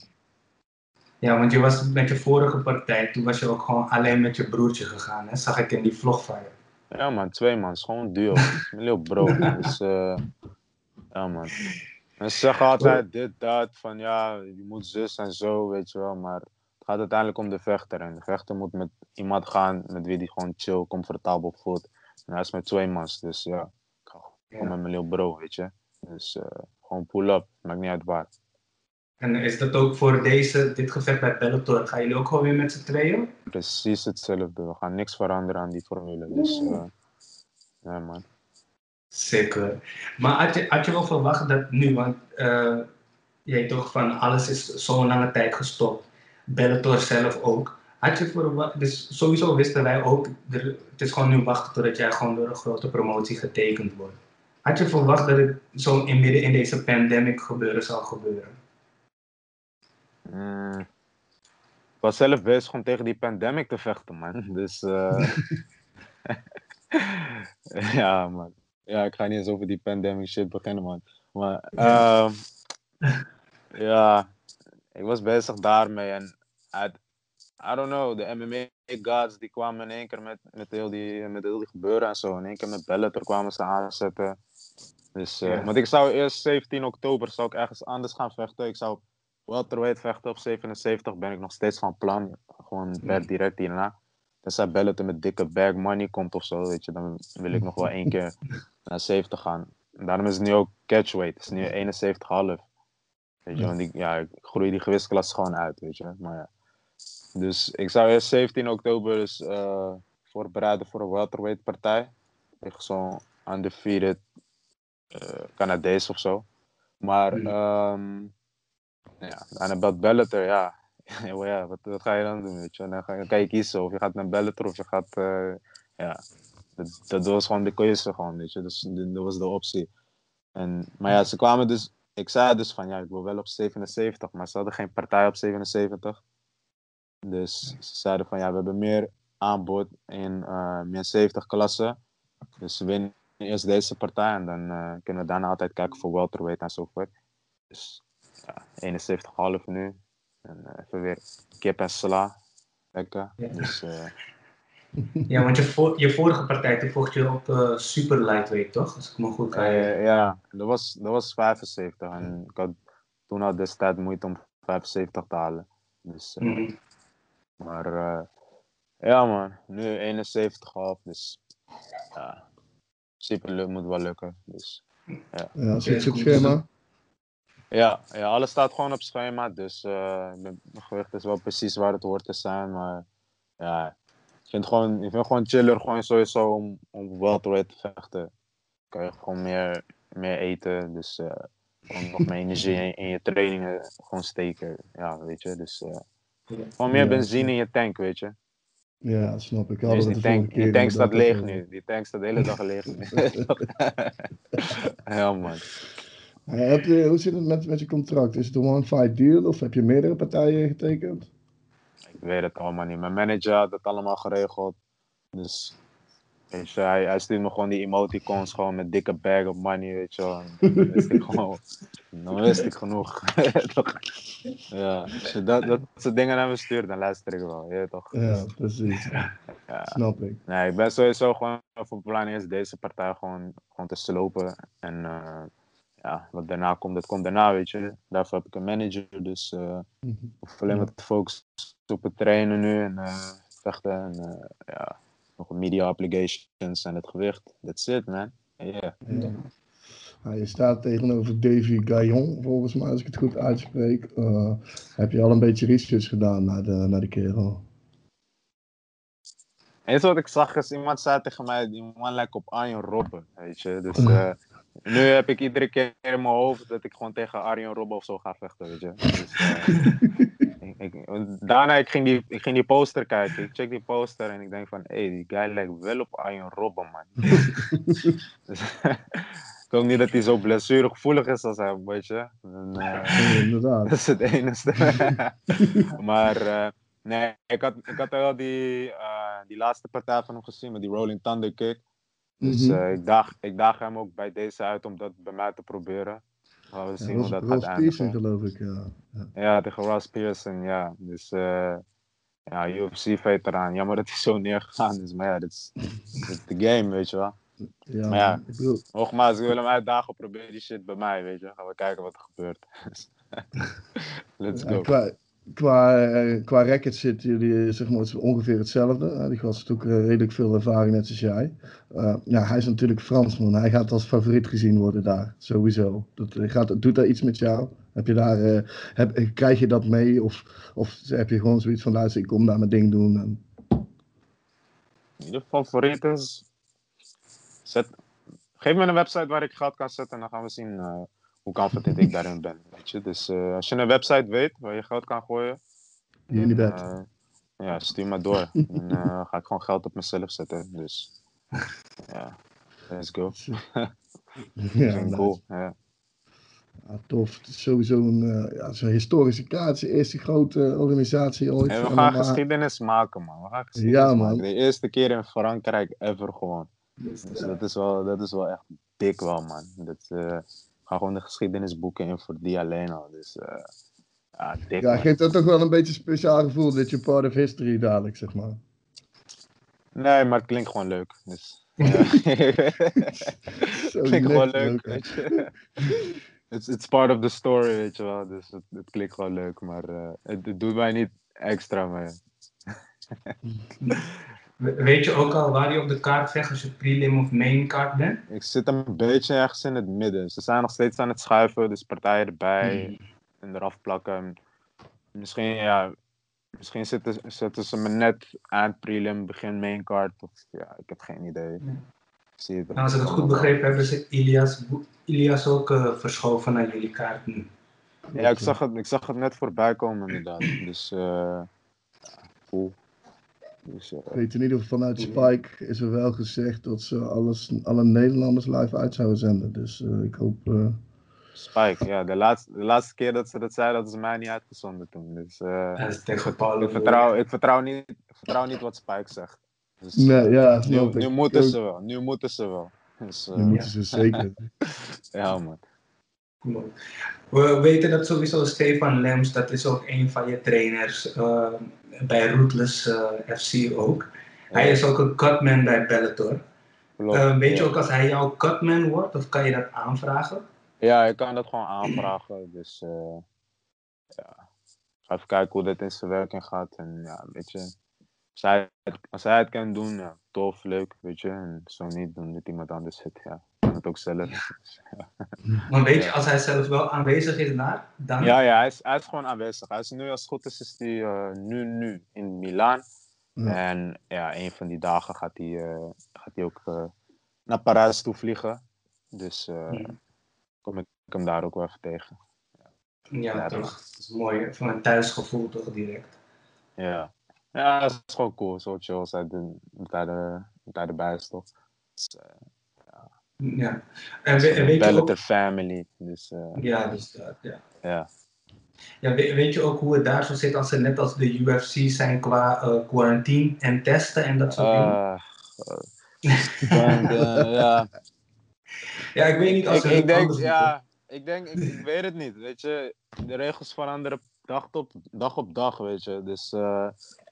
Ja, want je was met je vorige partij, toen was je ook gewoon alleen met je broertje gegaan, hè? Zag ik in die vlog van je. Ja, man, twee man. Het is gewoon een duo. Het is mijn little bro. Dus uh, ja, man. Mensen zeggen altijd dit, dat, van ja, je moet zus en zo, weet je wel. Maar het gaat uiteindelijk om de vechter. En de vechter moet met iemand gaan met wie hij gewoon chill, comfortabel voelt. En hij is met twee mans, dus ja. Ik ga gewoon Ja. met mijn little bro, weet je. Dus uh, gewoon pull up, maakt niet uit waar. En is dat ook voor deze, dit gevecht bij Bellator, gaan jullie ook gewoon weer met z'n tweeën? Precies hetzelfde. We gaan niks veranderen aan die formule. Dus uh, ja, man. Zeker. Maar had je, had je wel verwacht dat nu, want uh, jij toch van alles is zo'n lange tijd gestopt. Bellator zelf ook. Had je verwacht, dus sowieso wisten wij ook, er, het is gewoon nu wachten totdat jij gewoon door een grote promotie getekend wordt. Had je verwacht dat het zo in midden in deze pandemic gebeuren zou gebeuren? Mm. Ik was zelf bezig om tegen die pandemic te vechten, man. Dus uh... ja, man. Ja, ik ga niet eens over die pandemic shit beginnen, man. Maar uh, ja, ik was bezig daarmee en I, I don't know, de M M A gods die kwamen in één keer met, met, heel die, met heel die gebeuren en zo. In één keer met Bellator kwamen ze aanzetten. Dus, uh, Ja. Want ik zou eerst zeventien oktober zou ik ergens anders gaan vechten. Ik zou welterweight vechten op zevenenzeventig, ben ik nog steeds van plan. Gewoon per direct hierna. Tenzij Bellator met dikke bag money komt of zo, weet je, dan wil ik nog wel één keer naar zeventig gaan. En daarom is het nu ook catchweight. Het is nu eenenzeventig komma vijf. Weet je, want ik, ja, ik groei die gewichtsklasse gewoon uit, weet je. Maar ja. Dus ik zou eerst zeventien oktober dus, uh, voorbereiden voor een welterweight partij. Tegen zo'n undefeated uh, Canadees of zo. Maar um, ja, en bij Bellator, ja. ja wat, wat ga je dan doen, weet je? Dan, ga, dan kan je kiezen of je gaat naar Bellator of je gaat, uh, ja. Dat, dat was gewoon de keuze gewoon, weet je. Dus dat was de optie. En, maar ja, ze kwamen dus, ik zei dus van ja, ik wil wel op zevenenzeventig, maar ze hadden geen partij op zevenenzeventig. Dus ze zeiden van ja, we hebben meer aanbod in uh, min zeventig klassen. Dus we winnen eerst deze partij en dan uh, kunnen we daarna altijd kijken voor welterweight enzovoort. Dus ja, eenenzeventig komma vijf nu. En uh, even weer kip en sla. Lekker. Ja. Dus, uh, ja, want je, voor, je vorige partij, toen vocht je op uh, super lightweight, toch? Als ik me goed kan uh, ja, dat was, dat was vijfenzeventig. En ik had toen al destijds moeite om vijfenzeventig te halen. Dus, uh, mm-hmm. Maar uh, ja man, nu eenenzeventig komma vijf. Dus ja, super leuk, moet wel lukken. Dus, ja, ja zit je op schema? Ja, ja, alles staat gewoon op schema. Dus uh, mijn gewicht is wel precies waar het hoort te zijn. Maar ja, ik vind, gewoon, ik vind gewoon chiller gewoon sowieso om, om welterweight te vechten. Kan je gewoon meer, meer eten. Dus uh, gewoon nog meer energie in, in je trainingen gewoon steken. Ja, weet je. Dus uh, gewoon meer ja, benzine in je tank, weet je. Ja, snap ik. Dus die tank, die tank staat leeg nu. Die tank staat de hele dag leeg nu. Ja man. Heb je, hoe zit het met, met je contract? Is het een one-fight deal of heb je meerdere partijen getekend? Ik weet het allemaal niet. Mijn manager had het allemaal geregeld. Dus weet je, hij, hij stuurt me gewoon die emoticons gewoon met dikke bag of money, weet je wel. Dan wist ik gewoon, dan wist ik genoeg. Ja, als je dat, dat soort dingen naar me stuurt, dan luister ik wel, je weet toch? Ja, precies. Ja. Snap ik. Nee, ik ben sowieso gewoon van plan eerst deze partij gewoon, gewoon te slopen. En uh, ja, wat daarna komt, dat komt daarna, weet je. Daarvoor heb ik een manager, dus uh, mm-hmm. ik hoef alleen maar te focussen op het trainen nu en uh, vechten en uh, ja. Nog media obligations en het gewicht. That's it, man. Yeah. Ja. Nou, je staat tegenover Davy Gaillon, volgens mij, als ik het goed uitspreek. Uh, heb je al een beetje research gedaan naar de, naar de kerel? Eens wat ik zag is, iemand zei tegen mij, die man lijkt op Arjen Robben, weet je. Dus uh, nu heb ik iedere keer in mijn hoofd dat ik gewoon tegen Arjen Robben of zo ga vechten, weet je. Dus, uh, ik, ik, daarna ik ging, die, ik ging die poster kijken, ik check die poster en ik denk van, hé, hey, die guy lijkt wel op Arjen Robben, man. Dus, ik hoop niet dat hij zo blessuregevoelig is als hij, weet je. En, uh, Inderdaad. Dat is het enige. Maar uh, nee, ik had, ik had wel die, uh, die laatste partij van hem gezien met die Rolling Thunder kick. Dus uh, ik, daag, ik daag hem ook bij deze uit om dat bij mij te proberen. Gaan we zien ja, hoe dat Ross gaat Pearson, eindigen. geloof ik, ja. Ja, ja tegen Ross Pearson, ja. Dus uh, ja, U F C-veteraan. Jammer dat hij zo neergegaan is, maar ja, dat is de game, weet je wel. Ja, maar ja, ik bedoel... nogmaals, ik wil hem uitdagen, probeer die shit bij mij, weet je. Gaan we kijken wat er gebeurt. Let's go. Ja, qua, qua, qua record zitten jullie zeg maar, ongeveer hetzelfde. Die gast heeft ook redelijk veel ervaring, net zoals jij. Uh, ja, hij is natuurlijk Fransman. Hij gaat als favoriet gezien worden daar, sowieso. Dat, gaat, doet dat iets met jou? Heb je daar, uh, heb, krijg je dat mee? Of, of heb je gewoon zoiets van, luister, ik kom daar mijn ding doen? En... De favoriet is... Zet... Geef me een website waar ik geld kan zetten en dan gaan we zien uh, hoe confident ik daarin ben. Weet je? Dus uh, als je een website weet waar je geld kan gooien, dan, uh, ja, stuur maar door. Dan uh, ga ik gewoon geld op mezelf zetten. Dus ja, let's go. Ja, cool. Ja. Ja, tof. Het is sowieso een, uh, ja, een historische kaart. Het is de eerste grote organisatie ooit. En we gaan M M A. Geschiedenis maken, man. We gaan geschiedenis ja, man. maken. De eerste keer in Frankrijk ever gewoon. Dus dat is wel, dat is wel echt dik wel, man. Dat, uh, we gaan gewoon de geschiedenisboeken in voor die alleen al. Dus uh, ja, dik, ja, geeft dat toch wel een beetje een speciaal gevoel dat je part of history dadelijk, zeg maar. Nee, maar het klinkt gewoon leuk. Dus, ja. Het klinkt gewoon leuk, weet je. It's, it's part of the story, weet je wel. Dus het, het klinkt gewoon leuk, maar uh, het, het doet mij niet extra mee. Weet je ook al waar je op de kaart vecht als je prelim of main kaart bent? Ik zit een beetje ergens in het midden. Ze zijn nog steeds aan het schuiven, dus partijen erbij mm. en eraf plakken. Misschien, ja, misschien zitten, zetten ze me net aan prelim, begin main kaart. Of, ja, ik heb geen idee. Ja. Zie je nou, als ik het goed begrepen heb, is Ilias, Ilias ook uh, verschoven naar jullie kaart nu. Ja, ik zag het, ik zag het net voorbij komen inderdaad. Dus, uh, ja, cool. Dus, uh, ik weet in ieder geval vanuit Spike is er wel gezegd dat ze alles, alle Nederlanders live uit zouden zenden. Dus uh, ik hoop, uh, Spike, ja. De laatste, de laatste keer dat ze dat zei, dat is mij niet uitgezonden toen. Dus uh, Dat is tegen ik, Paulo ik, vertrouw, ik, vertrouw niet, ik vertrouw niet wat Spike zegt. Dus, Nee, uh, ja, nu, snap nu ik. moeten Ook. ze wel. Nu moeten ze wel. Dus, Nu uh, moeten ze zeker. ja, man. We weten dat sowieso Stefan Lems, dat is ook een van je trainers uh, bij Ruthless uh, F C ook. Ja. Hij is ook een cutman bij Bellator. Klopt, uh, weet ja. je ook als hij jouw cutman wordt, of kan je dat aanvragen? Ja, ik kan dat gewoon aanvragen. Dus uh, ja, ga even kijken hoe dit in zijn werking gaat. En ja, weet je, als hij het, als hij het kan doen, ja, tof, leuk, weet je. En zo niet, dan doet iemand anders het, ja. Kan het ook zelf. Ja. Maar weet je, als hij zelf wel aanwezig is daar, dan? Ja, ja, hij is, hij is gewoon aanwezig. Hij is nu, als het goed is, is hij uh, nu, nu in Milaan. Ja. En ja, een van die dagen gaat hij, uh, gaat hij ook uh, naar Parijs toe vliegen. Dus uh, hmm. kom ik hem daar ook wel even tegen. Ja, ja toch. Dat is mooi. Van een thuisgevoel toch direct. Ja. Ja, dat is gewoon cool. Zo chill als hij, de, hij, de, hij erbij is, toch? Dus, uh, ja. Ja. En, we, en weet Bellator je ook... family. Dus, uh, ja, dus dat, ja. Ja. Ja, weet, weet je ook hoe het daar zo zit als ze net als de U F C zijn qua uh, quarantine en testen en dat soort uh, dingen? Uh, uh, ja. Ja, ik weet niet als ik, ze ik het denk, anders ja, ik denk, ik, ik weet het niet, weet je. De regels veranderen dag op dag, op dag weet je. Dus uh,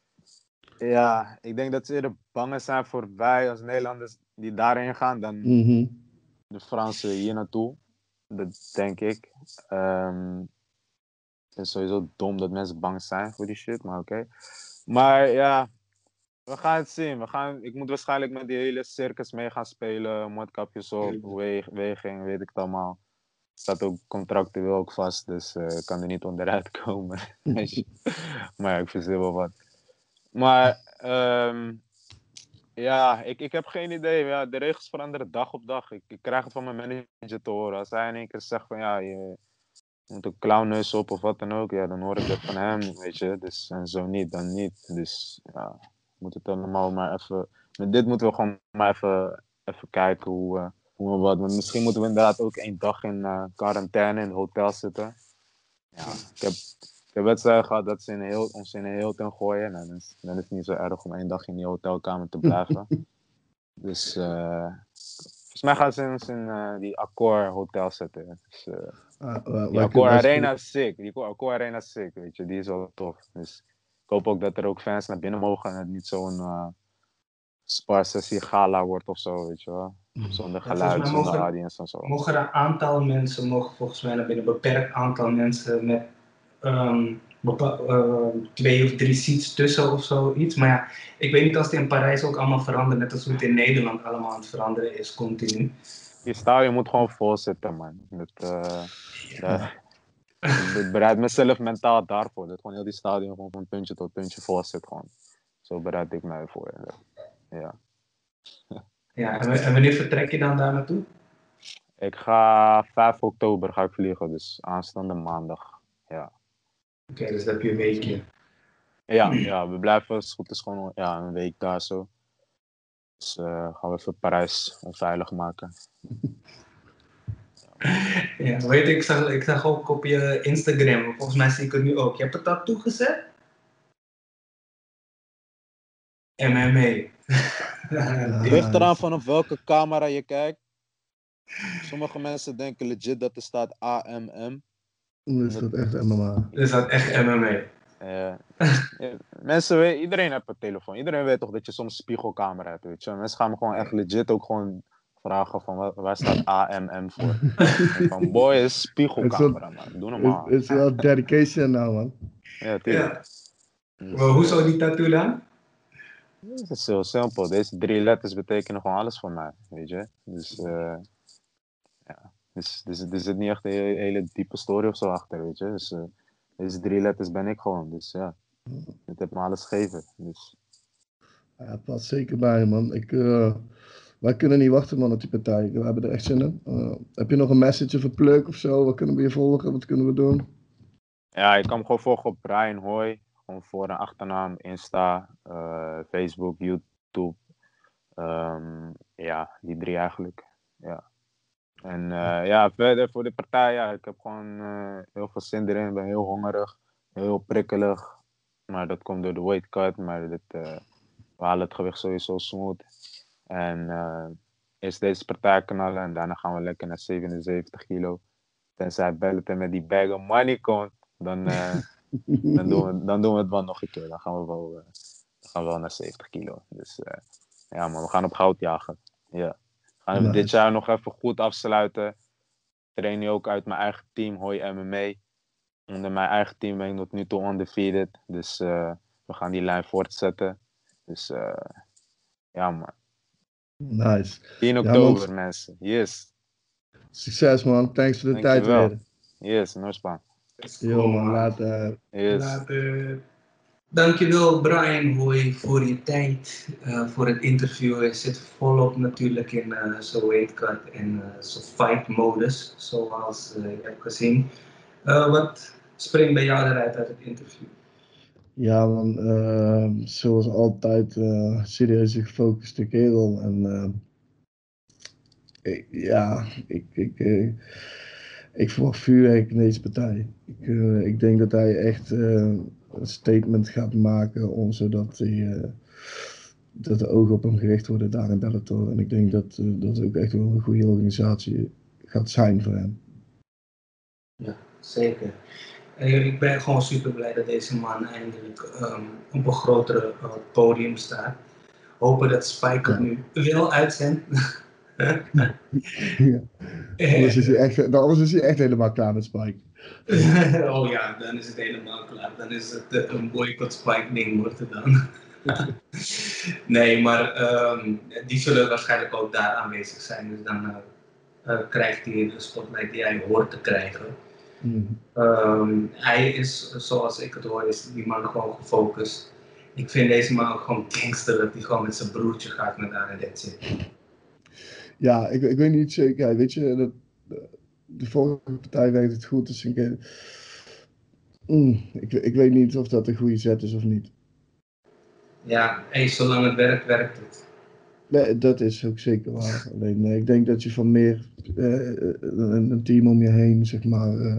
ja, ik denk dat ze eerder bang zijn voor wij als Nederlanders die daarheen gaan dan mm-hmm. de Fransen hier naartoe. Dat denk ik. Um, het is sowieso dom dat mensen bang zijn voor die shit, maar oké. Okay. Maar ja, we gaan het zien. We gaan, ik moet waarschijnlijk met die hele circus mee gaan spelen. Mondkapjes op, weeg, weging, weet ik het allemaal. Staat ook contractueel ook vast, dus ik uh, kan er niet onderuit komen. Maar ja, ik verzin wel wat. Maar um, ja, ik, ik heb geen idee. Ja, de regels veranderen dag op dag. Ik, ik krijg het van mijn manager te horen. Als hij in één keer zegt van ja, je moet een clownneus op of wat dan ook. Ja, dan hoor ik dat van hem, weet je. Dus, en zo niet, dan niet. Dus ja, we moeten het allemaal maar even... Met dit moeten we gewoon maar even, even kijken hoe... Uh, hoe wat. Want misschien moeten we inderdaad ook één dag in uh, quarantaine in het hotel zitten. Ja, ik heb, ik heb wedstrijden gehad dat ze in heel, ons in een Hilton gooien. Nou, dan, is, dan is het niet zo erg om één dag in die hotelkamer te blijven. Dus uh, volgens mij gaan ze ons in uh, die Accor hotel zetten. Dus, uh, uh, uh, die Accor Arena is sick. Die Accor Arena is sick, weet je. Die is wel tof. Dus ik hoop ook dat er ook fans naar binnen mogen en het niet zo'n uh, sparsessie gala wordt of zo, weet je wel. Zonder geluid, ja, zonder mogen, audience en zo. Mogen er een aantal mensen, mogen volgens mij naar binnen, een beperkt aantal mensen met um, bepa- uh, twee of drie seats tussen of zoiets. Maar ja, ik weet niet als het in Parijs ook allemaal verandert, net als hoe het in Nederland allemaal aan het veranderen is, continu. Je stadion moet gewoon vol zitten, man. Met, uh, ja. de, ik bereid mezelf mentaal daarvoor. Dat gewoon heel die stadion gewoon van puntje tot puntje vol zit. Gewoon. Zo bereid ik mij voor. Ja. Ja, en wanneer vertrek je dan daar naartoe? Ik ga vijf oktober ga ik vliegen, dus aanstaande maandag. Ja. Oké, okay, dus dat heb je een weekje. Ja, ja, we blijven als het goed is gewoon ja, een week daar zo. Dus uh, gaan we even Parijs onveilig maken. Ja, weet je, ik zag, ik zag ook op je Instagram, volgens mij zie ik het nu ook. Je hebt het tattoo gezet? M M A. Het ligt eraan vanaf welke camera je kijkt. Sommige mensen denken legit dat er staat A M M. Dan is dat echt M M A. Is dat echt M M A? Uh, ja, mensen weten, iedereen heeft een telefoon. Iedereen weet toch dat je soms spiegelcamera hebt, weet je. Mensen gaan me gewoon echt legit ook gewoon vragen van waar, waar staat A M M voor? Van boy is spiegelcamera, man. Doe normaal. Het is wel dedication nou, man. Ja, tuurlijk. Ja. Dus, maar hoe zou die tattoo dan? Het is heel simpel. Deze drie letters betekenen gewoon alles voor mij, weet je. Dus, uh, ja. Dus, dus, dus er zit niet echt een hele, hele diepe story of zo achter, weet je. Dus, uh, deze drie letters ben ik gewoon, dus ja. Het heeft me alles gegeven, dus... Ja, het past zeker bij je, man. Ik, uh, wij kunnen niet wachten, man, op die partij. We hebben er echt zin in. Uh, heb je nog een message of een pluk of zo? Wat kunnen we je volgen? Wat kunnen we doen? Ja, je kan me gewoon volgen op Brian Hoy. Gewoon voor- en achternaam, Insta, uh, Facebook, YouTube. Um, ja, die drie eigenlijk. Ja. En uh, ja, verder voor de partij, ja, ik heb gewoon uh, heel veel zin erin. Ik ben heel hongerig, heel prikkelig. Maar dat komt door de weight cut, maar dit, uh, we halen het gewicht sowieso smooth. En uh, eerst deze partij knallen en daarna gaan we lekker naar zevenenzeventig kilo. Tenzij Bellator met die bag of money komt, dan, uh, dan, doen we, dan doen we het wel nog een keer. Dan gaan we wel, uh, dan gaan we wel naar zeventig kilo. Dus uh, ja man, we gaan op goud jagen. Ja. Yeah. Gaan we nice. Dit jaar nog even goed afsluiten. Ik train nu ook uit mijn eigen team, Hoi M M A. Onder mijn eigen team ben ik tot nu toe undefeated. Dus uh, we gaan die lijn voortzetten. Dus uh, ja man. Nice. tien oktober ja, man. Mensen. Yes. Succes man. Thanks voor de tijd weer. Yes, no span. Yo man, later. Yes. Later. Dankjewel Brian Hoi voor je tijd, uh, voor het interview. Hij zit volop natuurlijk in uh, zijn weight cut en uh, zijn fight modus, zoals uh, je hebt gezien. Uh, wat springt bij jou eruit uit het interview? Ja man, uh, zoals altijd uh, serieus gefocuste kerel. En uh, ik, ja, ik, ik, ik, ik verwacht vuurwerk in deze partij. Ik, uh, ik denk dat hij echt uh, een statement gaat maken om zodat hij, uh, dat de ogen op hem gericht worden daar in Bellator. En ik denk dat uh, dat ook echt wel een goede organisatie gaat zijn voor hem. Ja, zeker. Uh, ik ben gewoon super blij dat deze man eindelijk um, op een grotere uh, podium staat. Hopen dat Spike het ja. nu wel uitzendt. ja. Anders, is hij echt, anders is hij echt helemaal klaar met Spike. Oh ja, dan is het helemaal klaar. Dan is het uh, een boycott Spike ding wordt het dan. Nee, maar um, die zullen waarschijnlijk ook daar aanwezig zijn. Dus dan uh, uh, krijgt hij de spotlight die hij hoort te krijgen. Mm. Um, hij is, zoals ik het hoor, is die man gewoon gefocust. Ik vind deze man ook gewoon gangster, dat hij gewoon met zijn broertje gaat naar daar en that's it. Ja, ik, ik weet niet zeker. Weet je, dat, de vorige partij werkt het goed. Dus ik, mm, ik, ik weet niet of dat een goede zet is of niet. Ja, hey, zolang het werkt, werkt het. Nee, dat is ook zeker waar. Alleen nee, ik denk dat je van meer uh, een, een team om je heen, zeg maar. Uh,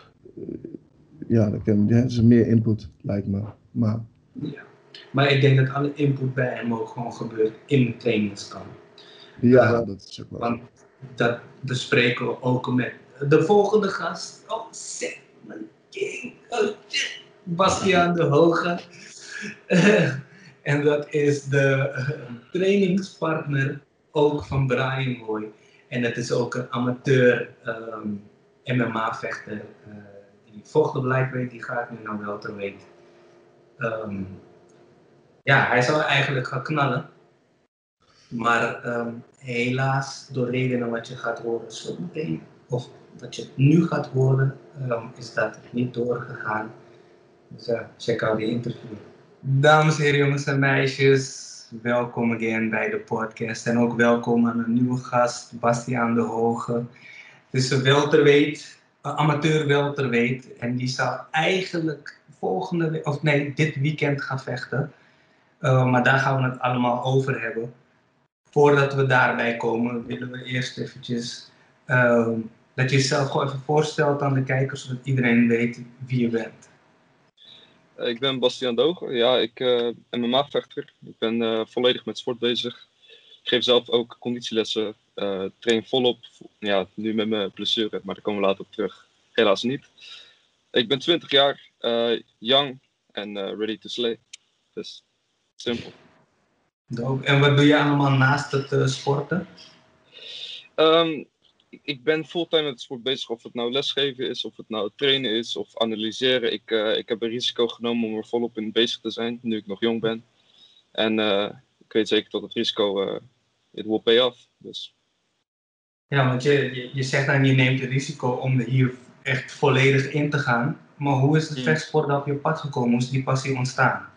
ja, dat kan, ja, is meer input, lijkt me. Maar, ja. Maar ik denk dat alle input bij hem ook gewoon gebeurt in de trainingskamp. Ja, uh, dat is ook wel. Want dat bespreken we ook met de volgende gast. Oh, shit, mijn king. Oh, shit. Bastiaan de Hoge. Uh, en dat is de uh, trainingspartner ook van Brian Hoi. En dat is ook een amateur um, M M A-vechter. Uh, die volgende lightweight, die gaat nu naar welterweight. Um, ja, hij zou eigenlijk gaan knallen. Maar um, helaas, door redenen wat je gaat horen zo meteen, of wat je nu gaat horen, um, is dat niet doorgegaan. Dus uh, check out die interview. Dames en heren, jongens en meisjes, welkom again bij de podcast. En ook welkom aan een nieuwe gast, Bastiaan de Hoge. Het is een welterweight, een amateur welterweight. En die zou eigenlijk volgende week, of nee, dit weekend gaan vechten. Uh, maar daar gaan we het allemaal over hebben. Voordat we daarbij komen, willen we eerst eventjes uh, dat je jezelf gewoon even voorstelt aan de kijkers, zodat iedereen weet wie je bent. Ik ben Bastiaan de Hoge. Ja, ik uh, ben M M A-vechter. Ik ben uh, volledig met sport bezig. Ik geef zelf ook conditielessen. Uh, train volop. Ja, nu met mijn blessure, maar daar komen we later op terug. Helaas niet. Ik ben twintig jaar, uh, young en uh, ready to slay. Dus simpel. En wat doe je allemaal naast het uh, sporten? Um, ik ben fulltime met het sport bezig, of het nou lesgeven is, of het nou trainen is, of analyseren. Ik, uh, ik heb een risico genomen om er volop in bezig te zijn, nu ik nog jong ben. En uh, ik weet zeker dat het risico, uh, it will pay off. Dus. Ja, want je, je, je zegt dan, je neemt het risico om hier echt volledig in te gaan. Maar hoe is het mm. vechtsport op je pad gekomen? Hoe is die passie ontstaan?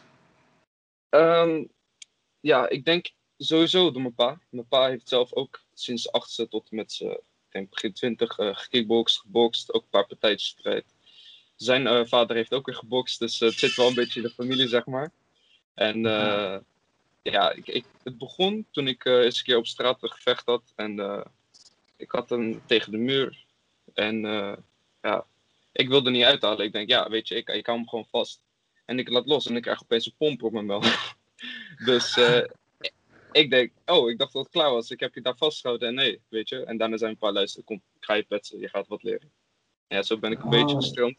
Um, ja, ik denk sowieso door mijn pa. Mijn pa heeft zelf ook sinds achtste tot en met zijn, ik denk begin twintig, uh, gekickboxd, gebokst, ook een paar partijtjes gestrijd. Zijn uh, vader heeft ook weer gebokst, dus uh, het zit wel een beetje in de familie, zeg maar. En uh, ja, ik, ik, het begon toen ik uh, eens een keer op straat een gevecht had. En uh, ik had hem tegen de muur. En uh, ja, ik wilde niet uithalen. Ik denk, ja, weet je, ik, ik hou hem gewoon vast. En ik laat los en ik krijg opeens een pomp op mijn bel. Dus uh, ik denk, oh, ik dacht dat het klaar was. Ik heb je daar vastgehouden en nee, weet je. En daarna zijn een paar luisteren, kom, ik ga je petsen, je gaat wat leren. Ja, zo ben ik een oh. beetje gestroomd.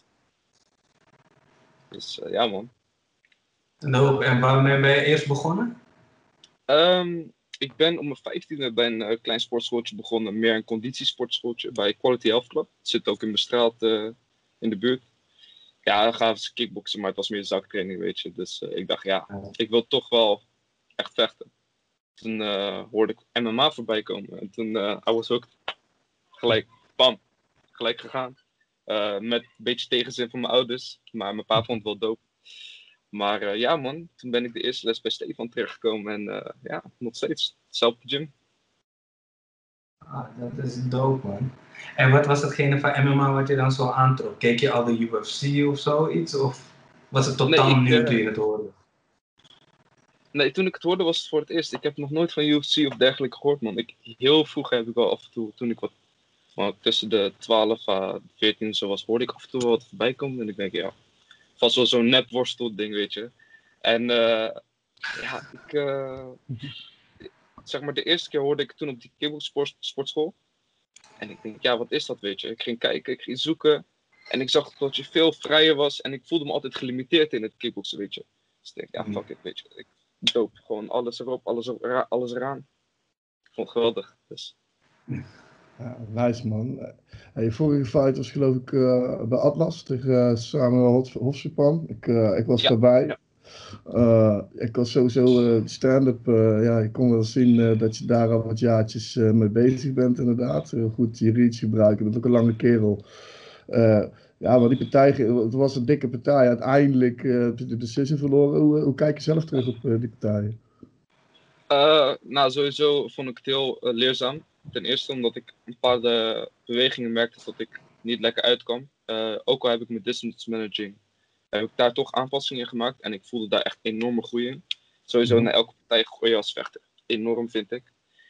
Dus uh, ja, man. No, en waarmee ben je eerst begonnen? Um, ik ben om mijn vijftiende bij een uh, klein sportschooltje begonnen. Meer een conditiesportschooltje bij Quality Health Club. Het zit ook in mijn straat uh, in de buurt. Ja, dan gaven ze kickboksen, maar het was meer zaktraining, weet je. Dus uh, ik dacht, ja, ik wil toch wel echt vechten. Toen uh, hoorde ik M M A voorbij komen. En toen, uh, I was hooked. Gelijk, bam, gelijk gegaan. Uh, met een beetje tegenzin van mijn ouders. Maar mijn pa vond het wel dope. Maar uh, ja man, toen ben ik de eerste les bij Stefan terechtgekomen. En uh, ja, nog steeds. Zelfde gym. Ah, dat is dope man. En wat was hetgene van M M A wat je dan zo aantrok? Keek je al de U F C of zoiets? Of was het totaal nee, nieuw uh, toen je het hoorde? Nee, toen ik het hoorde was het voor het eerst. Ik heb nog nooit van U F C of dergelijke gehoord man. Ik, heel vroeg heb ik wel af en toe, toen ik wat... Maar tussen de twaalf en veertien zo was, hoorde ik af en toe wel wat voorbij komen. En ik denk, ja, vast wel zo'n nepworstel ding, weet je. En uh, ja, ik... Uh, zeg maar, de eerste keer hoorde ik toen op die kickbox sportschool. En ik denk, ja, wat is dat, weet je. Ik ging kijken, ik ging zoeken. En ik zag dat je veel vrijer was. En ik voelde me altijd gelimiteerd in het kickboksen, weet je. Dus ik denk, ja, fuck it, weet je. Ik doop gewoon alles erop, alles, er, alles eraan. Ik vond het geweldig, dus... Ja, nice man. Je vorige fight was geloof ik uh, bij Atlas tegen uh, Samuel Hofsepan. Ik, uh, ik was ja, daarbij. Ja. Uh, ik was sowieso uh, stand-up. Uh, ja, ik kon wel zien uh, dat je daar al wat jaartjes uh, mee bezig bent inderdaad. Heel goed je reach gebruiken. Dat is ook een lange kerel. Uh, ja, maar die partij, het was een dikke partij. Uiteindelijk uh, de decision verloren. Hoe, hoe kijk je zelf terug op uh, die partijen? Uh, nou, sowieso vond ik het heel uh, leerzaam. Ten eerste omdat ik een paar de bewegingen merkte dat ik niet lekker uitkwam. Uh, ook al heb ik met distance managing, heb ik daar toch aanpassingen in gemaakt. En ik voelde daar echt enorme groei in. Sowieso naar elke partij groeien als vechter. Enorm, vind ik.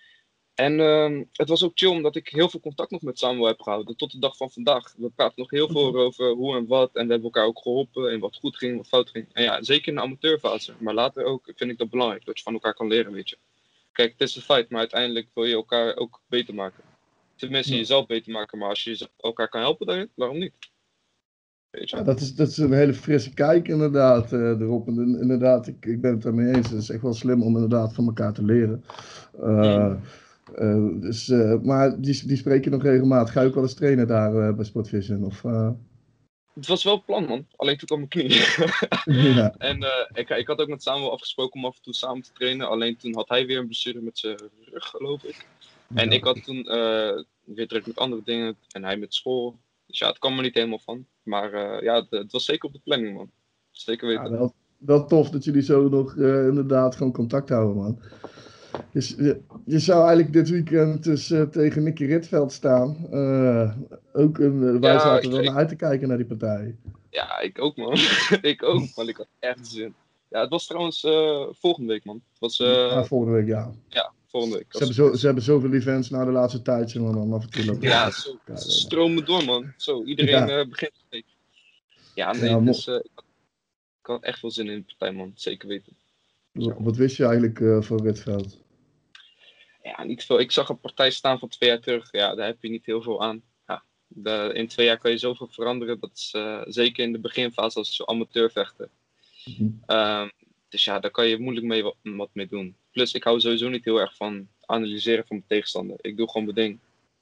En uh, het was ook chill omdat ik heel veel contact nog met Samuel heb gehouden. Tot de dag van vandaag. We praten nog heel veel over hoe en wat. En we hebben elkaar ook geholpen in wat goed ging, wat fout ging. En ja, zeker in de amateurfase. Maar later ook vind ik dat belangrijk. Dat je van elkaar kan leren, weet je. Kijk, het is een fight, maar uiteindelijk wil je elkaar ook beter maken. Tenminste, ja. jezelf beter maken, maar als je elkaar kan helpen daarin, waarom niet? Weet je? Ja, dat is, dat is een hele frisse kijk inderdaad uh, erop. En inderdaad, ik, ik ben het daarmee eens. Het is echt wel slim om inderdaad van elkaar te leren. Uh, uh, dus, uh, maar die, die spreek je nog regelmatig. Ga je ook wel eens trainen daar uh, bij Sportvision? Of, uh... Het was wel het plan, man. Alleen toen kwam mijn knie. ja. En uh, ik, ik had ook met Samuel afgesproken om af en toe samen te trainen. Alleen toen had hij weer een blessure met zijn rug, geloof ik. En ja. ik had toen uh, weer druk met andere dingen. En hij met school. Dus ja, het kwam er niet helemaal van. Maar uh, ja, het, het was zeker op de planning, man. Zeker weten. Ja, wel, wel tof dat jullie zo nog uh, inderdaad gewoon contact houden, man. Dus, je, je zou eigenlijk dit weekend dus uh, tegen Nicky Ritveld staan. Uh, ook een, uh, wij ja, zaten wel naar uit te kijken naar die partij. Ja, ik ook, man. ik ook, man. Ik had echt zin. Ja, het was trouwens uh, volgende week, man. Het was, uh... ja, volgende week, ja. Ja, volgende week. Ze hebben, zo, ze hebben zoveel events na de laatste tijd, man. Dan af en toe lopen. Ja, zo, ja, ze stromen door, man. Zo, iedereen ja. uh, begint te spreken. Ja, nee, ja, dus uh, ik, ik had echt veel zin in de partij, man. Zeker weten. Zo. Wat wist je eigenlijk uh, van Ritveld? Ja, niet veel. Ik zag een partij staan van twee jaar terug. Ja, daar heb je niet heel veel aan. Ja, de, in twee jaar kan je zoveel veranderen. Dat is uh, zeker in de beginfase als zo amateur vechten. Mm-hmm. Um, dus ja, daar kan je moeilijk mee wat, wat mee doen. Plus, ik hou sowieso niet heel erg van analyseren van mijn tegenstander. Ik doe gewoon mijn ding.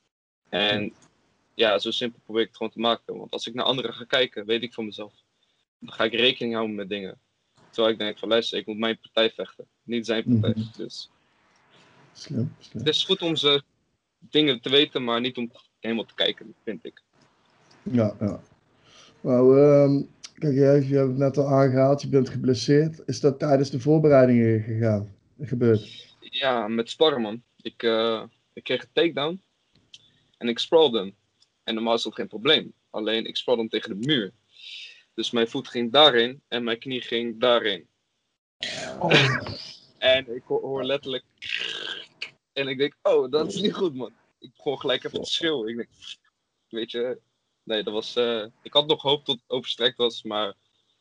En ja, zo simpel probeer ik het gewoon te maken. Want als ik naar anderen ga kijken, weet ik van mezelf. Dan ga ik rekening houden met dingen. Terwijl ik denk van, luister, ik moet mijn partij vechten. Niet zijn partij. Mm-hmm. Dus... Slim, slim. Het is goed om ze dingen te weten, maar niet om helemaal te kijken, vind ik. Ja, ja. Nou, um, kijk, je, je hebt het net al aangehaald, je bent geblesseerd. Is dat tijdens de voorbereidingen gegaan? Gebeurd? Ja, met sparren, man. Ik, uh, ik kreeg een takedown en ik sprawlde hem. En normaal is dat geen probleem. Alleen, ik sprawlde hem tegen de muur. Dus mijn voet ging daarin en mijn knie ging daarin. Oh. En ik hoor letterlijk... En ik denk, oh, dat is niet goed, man. ik begon gelijk even te schreeuwen. Ik denk, weet je, nee, dat was, uh, ik had nog hoop tot het overstrekt was, maar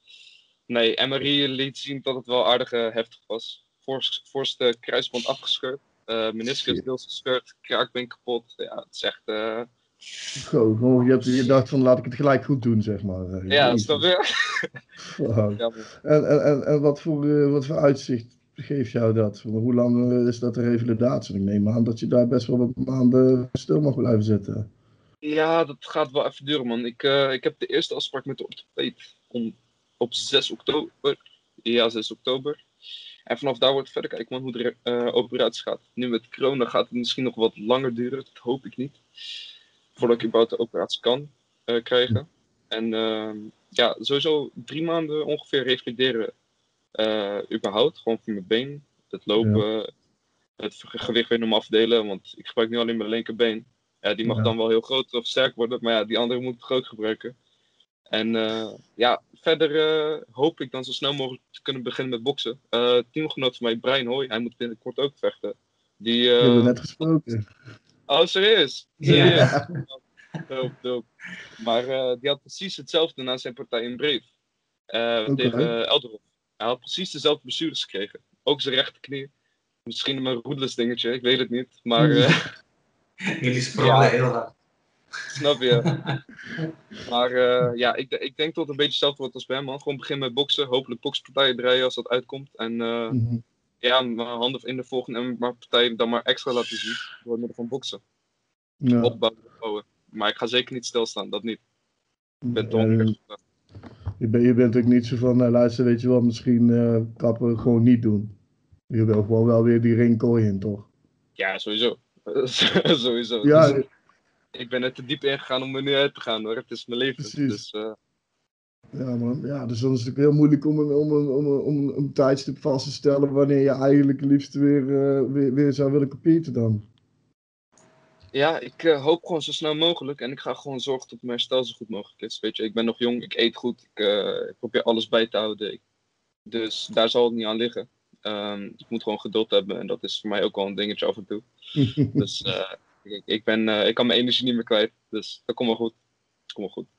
nee, M R I liet zien dat het wel aardig uh, heftig was. Voorst, voorste kruisband afgescheurd, uh, meniscus deels gescheurd, kraakbeen kapot. Ja, het is echt... Uh... Go, gewoon, je, hebt, je dacht van laat ik het gelijk goed doen, zeg maar. Ja, dat is dan weer. Wow. Ja, en, en, en, en wat, voor, uh, wat voor uitzicht geeft jou dat? Hoe lang uh, is dat de revalidatie? Ik neem aan dat je daar best wel wat maanden stil mag blijven zitten. Ja, dat gaat wel even duren, man. Ik, uh, ik heb de eerste afspraak met de orthopeed om, op zes oktober. Ja, zes oktober. En vanaf daar wordt verder kijken man, hoe de uh, operatie gaat. Nu met corona gaat het misschien nog wat langer duren. Dat hoop ik niet. Voordat ik überhaupt de operatie kan uh, krijgen. En uh, ja, sowieso drie maanden ongeveer revalideren. Uh, überhaupt, gewoon voor mijn been. Het lopen, ja. Het gewicht weer normaal afdelen. Want ik gebruik nu alleen mijn linkerbeen. Ja, die mag ja. dan wel heel groot of sterk worden. Maar ja, die andere moet ik groot gebruiken. En uh, ja, verder uh, hoop ik dan zo snel mogelijk te kunnen beginnen met boksen. Uh, teamgenoot van mij, Brian Hoy, hij moet binnenkort ook vechten. Die, uh... We hebben net gesproken. Oh, serieus? Serieus? Ja. Dope, dope. Maar uh, die had precies hetzelfde na zijn partij in Brave. Uh, okay. Tegen uh, Elderhof. Hij had precies dezelfde blessures gekregen. Ook zijn rechterknie. Misschien een roedles dingetje, ik weet het niet. Maar... Uh... Jullie sprongen ja. heel hard. Snap je? Maar uh, ja, ik, ik denk dat het een beetje hetzelfde wordt als bij hem, man. Gewoon beginnen met boksen. Hopelijk bokspartijen draaien als dat uitkomt. En uh, mm-hmm. ja, mijn handen in de volgende en mijn partijen dan maar extra laten zien. Door middel van boksen. Ja. Opbouwen, opbouwen. Maar ik ga zeker niet stilstaan, dat niet. Ik ben toch ja, je, ben, je bent ook niet zo van, uh, luister, weet je wel, misschien uh, kappen gewoon niet doen. Je wil gewoon wel weer die ring in, toch? Ja, sowieso. sowieso. Ja, dus, ik ben er te diep ingegaan om er nu uit te gaan hoor. Het is mijn leven. Precies. Dus, uh... Ja man, ja, dus dan is het natuurlijk heel moeilijk om een, om een, om een, om een tijdstip vast te stellen wanneer je eigenlijk liefst weer, uh, weer, weer zou willen competen dan. Ja, ik uh, hoop gewoon zo snel mogelijk en ik ga gewoon zorgen dat mijn herstel zo goed mogelijk is. Weet je, ik ben nog jong, ik eet goed, ik, uh, ik probeer alles bij te houden. Ik, dus daar zal het niet aan liggen. Um, ik moet gewoon geduld hebben en dat is voor mij ook wel een dingetje af en toe. dus uh, ik, ik, ben, uh, ik kan mijn energie niet meer kwijt, dus dat komt wel goed. Dat komt wel goed.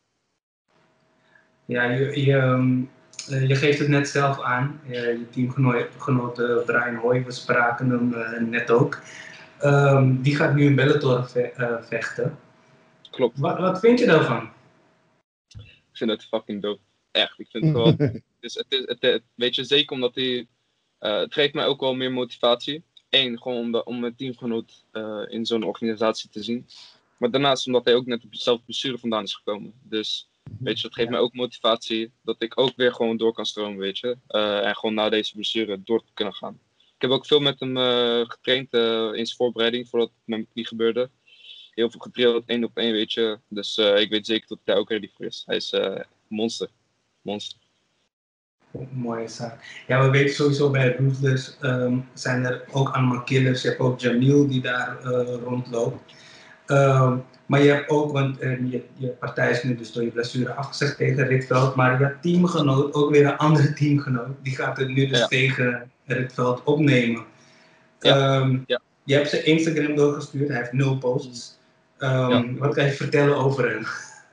Ja, je, je, um, je geeft het net zelf aan. Uh, je teamgenoot uh, Brian Hoy, we spraken hem uh, net ook. Um, die gaat nu in Bellator ve- uh, vechten. Klopt. Wat, wat vind je daarvan? Ik vind het fucking dope. Echt, ik vind het wel... het is, het is, het, het, weet je, zeker omdat hij... Uh, het geeft mij ook wel meer motivatie. Eén, gewoon om, de, om mijn teamgenoot uh, in zo'n organisatie te zien. Maar daarnaast omdat hij ook net op dezelfde blessure vandaan is gekomen. Dus, weet je, dat geeft ja. mij ook motivatie dat ik ook weer gewoon door kan stromen, weet je. Uh, en gewoon na deze blessure door te kunnen gaan. Ik heb ook veel met hem uh, getraind uh, in zijn voorbereiding, voordat het met me gebeurde. Heel veel getraild, één op één, weet je. Dus uh, ik weet zeker dat hij ook ready voor is. Hij is uh, monster. Monster. Mooie zaak. Ja, we weten sowieso bij Ruthless um, zijn er ook allemaal killers. Je hebt ook Jamil die daar uh, rondloopt. Um, maar je hebt ook, want uh, je, je partij is nu dus door je blessure afgezegd tegen Rietveld. Maar je hebt teamgenoot, ook weer een andere teamgenoot. Die gaat het nu dus ja. tegen Rietveld opnemen. Ja. Um, ja. Je hebt zijn Instagram doorgestuurd, hij heeft nul posts. Um, ja. Wat kan je vertellen over hem?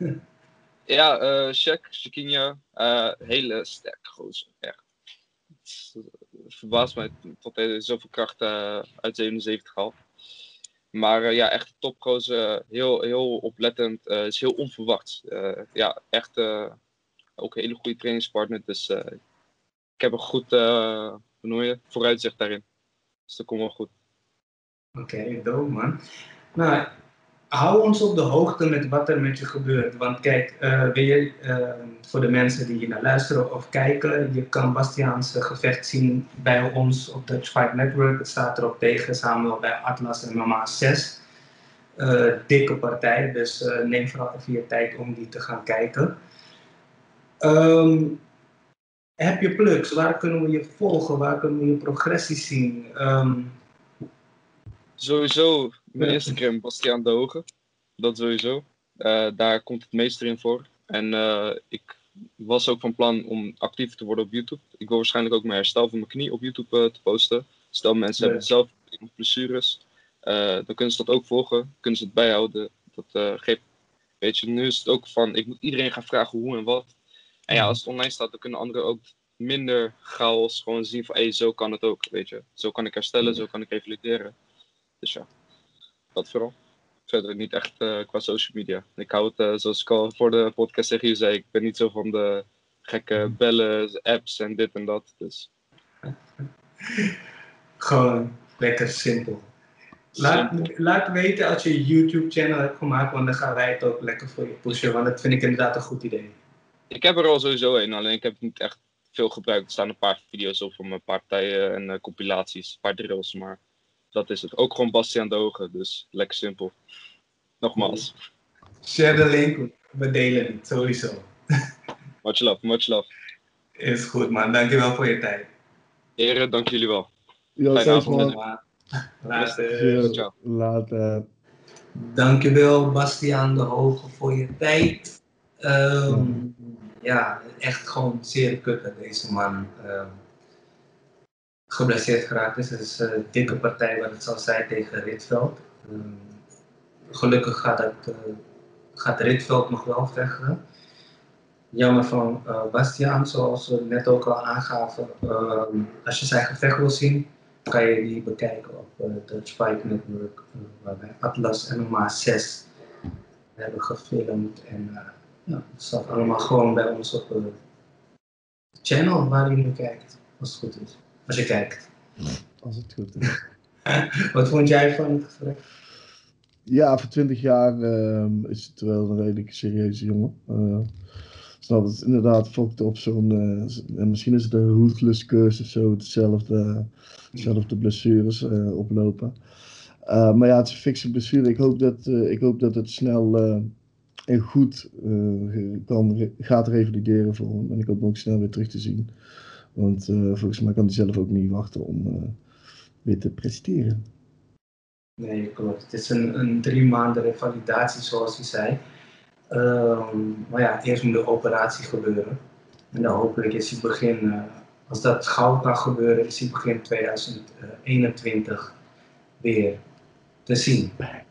Ja, uh, Shaq, Shaquinha, uh, hele sterke gozer, echt. Het verbaast mij tot hij zoveel kracht uh, uit zevenenzeventig haalt. Maar uh, ja, echt een topgozer, heel, heel oplettend, uh, is heel onverwachts. Uh, ja, echt uh, ook een hele goede trainingspartner, dus uh, ik heb een goed uh, je, vooruitzicht daarin. Dus dat komt wel goed. Oké, okay, dope man. Nou, hou ons op de hoogte met wat er met je gebeurt. Want kijk, uh, weer uh, voor de mensen die hier naar luisteren of kijken, je kan Bastiaan's gevecht zien bij ons op Dutch Fight Network. Het staat erop tegen, samen bij Atlas en M M A zes. Uh, dikke partij, dus uh, neem vooral even je tijd om die te gaan kijken. Um, heb je plugs? Waar kunnen we je volgen? Waar kunnen we je progressie zien? Um, Sowieso mijn Instagram, Bastiaan de Hoge. Dat sowieso. Uh, daar komt het meeste in voor. En uh, ik was ook van plan om actief te worden op YouTube. Ik wil waarschijnlijk ook mijn herstel van mijn knie op YouTube uh, te posten. Stel mensen ja. hebben zelf blessures. Uh, dan kunnen ze dat ook volgen, kunnen ze het bijhouden. Dat uh, geeft, weet je, nu is het ook van, ik moet iedereen gaan vragen hoe en wat. En ja, als het online staat, dan kunnen anderen ook minder chaos gewoon zien van, hé, hey, zo kan het ook, weet je. Zo kan ik herstellen, zo kan ik revalideren. Dus ja, dat vooral. Verder niet echt uh, qua social media. Ik hou het, uh, zoals ik al voor de podcast tegen je zei, ik ben niet zo van de gekke bellen, apps en dit en dat. Dus. Gewoon lekker simpel. Laat, laat weten als je een YouTube-channel hebt gemaakt, want dan gaan wij het ook lekker voor je pushen, want dat vind ik inderdaad een goed idee. Ik heb er al sowieso een, alleen ik heb het niet echt veel gebruikt. Er staan een paar video's op van een paar partijen en uh, compilaties, een paar drills, maar dat is het. Ook gewoon Bastiaan de Hoge, dus lekker simpel. Nogmaals. Share de link, we delen het, sowieso. Much love, much love. Is goed man, dankjewel voor je tijd. Heren, dank jullie wel. Jo, Fijne avond. man. Later. Ciao. Later. Dankjewel Bastiaan de Hoge voor je tijd. Um, ja, echt gewoon zeer kut dat deze man um, geblesseerd geraakt is. Het is een dikke partij wat het zal zijn tegen Rietveld. Um, gelukkig gaat, dat, uh, gaat Rietveld nog wel vechten. Jammer van uh, Bastiaan, zoals we net ook al aangaven. Uh, als je zijn gevecht wil zien, kan je die bekijken op uh, Dutch Fight Network, uh, waar wij Atlas M M A zes hebben gefilmd. En uh, ja, het staat allemaal gewoon bij ons op de channel waar je nu kijkt, als het goed is. Als je kijkt. Als het goed is. Wat vond jij van het gesprek? Ja, voor twintig jaar uh, is het wel een redelijk serieuze jongen. Uh, snap het inderdaad fokt op zo'n, uh, misschien is het een ruthless curse of zo, hetzelfde, hetzelfde blessures uh, oplopen. Uh, maar ja, het is een fikse blessure. Ik hoop dat, uh, ik hoop dat het snel uh, en goed uh, kan, re- gaat revalideren voor hem. En ik hoop hem ook snel weer terug te zien. Want uh, volgens mij kan hij zelf ook niet wachten om uh, weer te presteren. Nee, klopt. Het is een, een drie maanden revalidatie, zoals hij zei. Um, maar ja, eerst moet de operatie gebeuren. En dan hopelijk is hij begin, uh, als dat gauw kan gebeuren, is hij begin twintig eenentwintig weer te zien. Bang.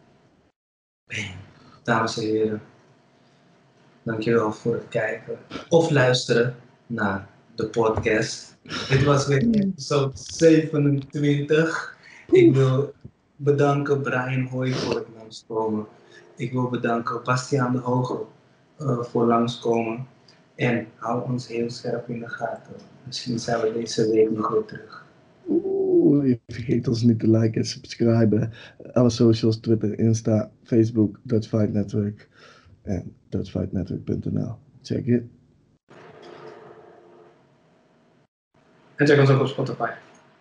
Dames en heren, dankjewel voor het kijken of luisteren naar de podcast. Dit was weer episode zevenentwintig. Ik wil bedanken Brian Hoy voor het langskomen. Ik wil bedanken Bastiaan de Hoge uh, voor langskomen. En hou ons heel scherp in de gaten. Misschien zijn we deze week nog weer terug. Oeh, je vergeet ons niet te liken en subscriben. Alle socials, Twitter, Insta, Facebook, Dutch Fight Network en dutch fight network punt n l. Check it. En check ons ook op Spotify.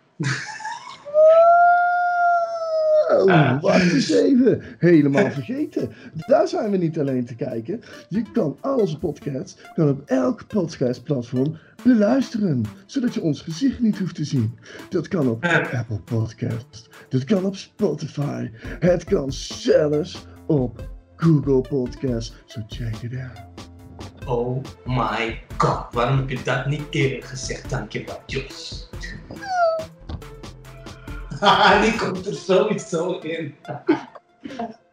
Oh, wacht eens even. Helemaal vergeten. Daar zijn we niet alleen te kijken. Je kan al onze podcasts kan op elk podcastplatform beluisteren. Zodat je ons gezicht niet hoeft te zien. Dat kan op Apple Podcasts. Dat kan op Spotify. Het kan zelfs op Google Podcasts. So check it out. Oh my god, waarom heb je dat niet eerder gezegd? Dankjewel, Jos. Die komt er sowieso in.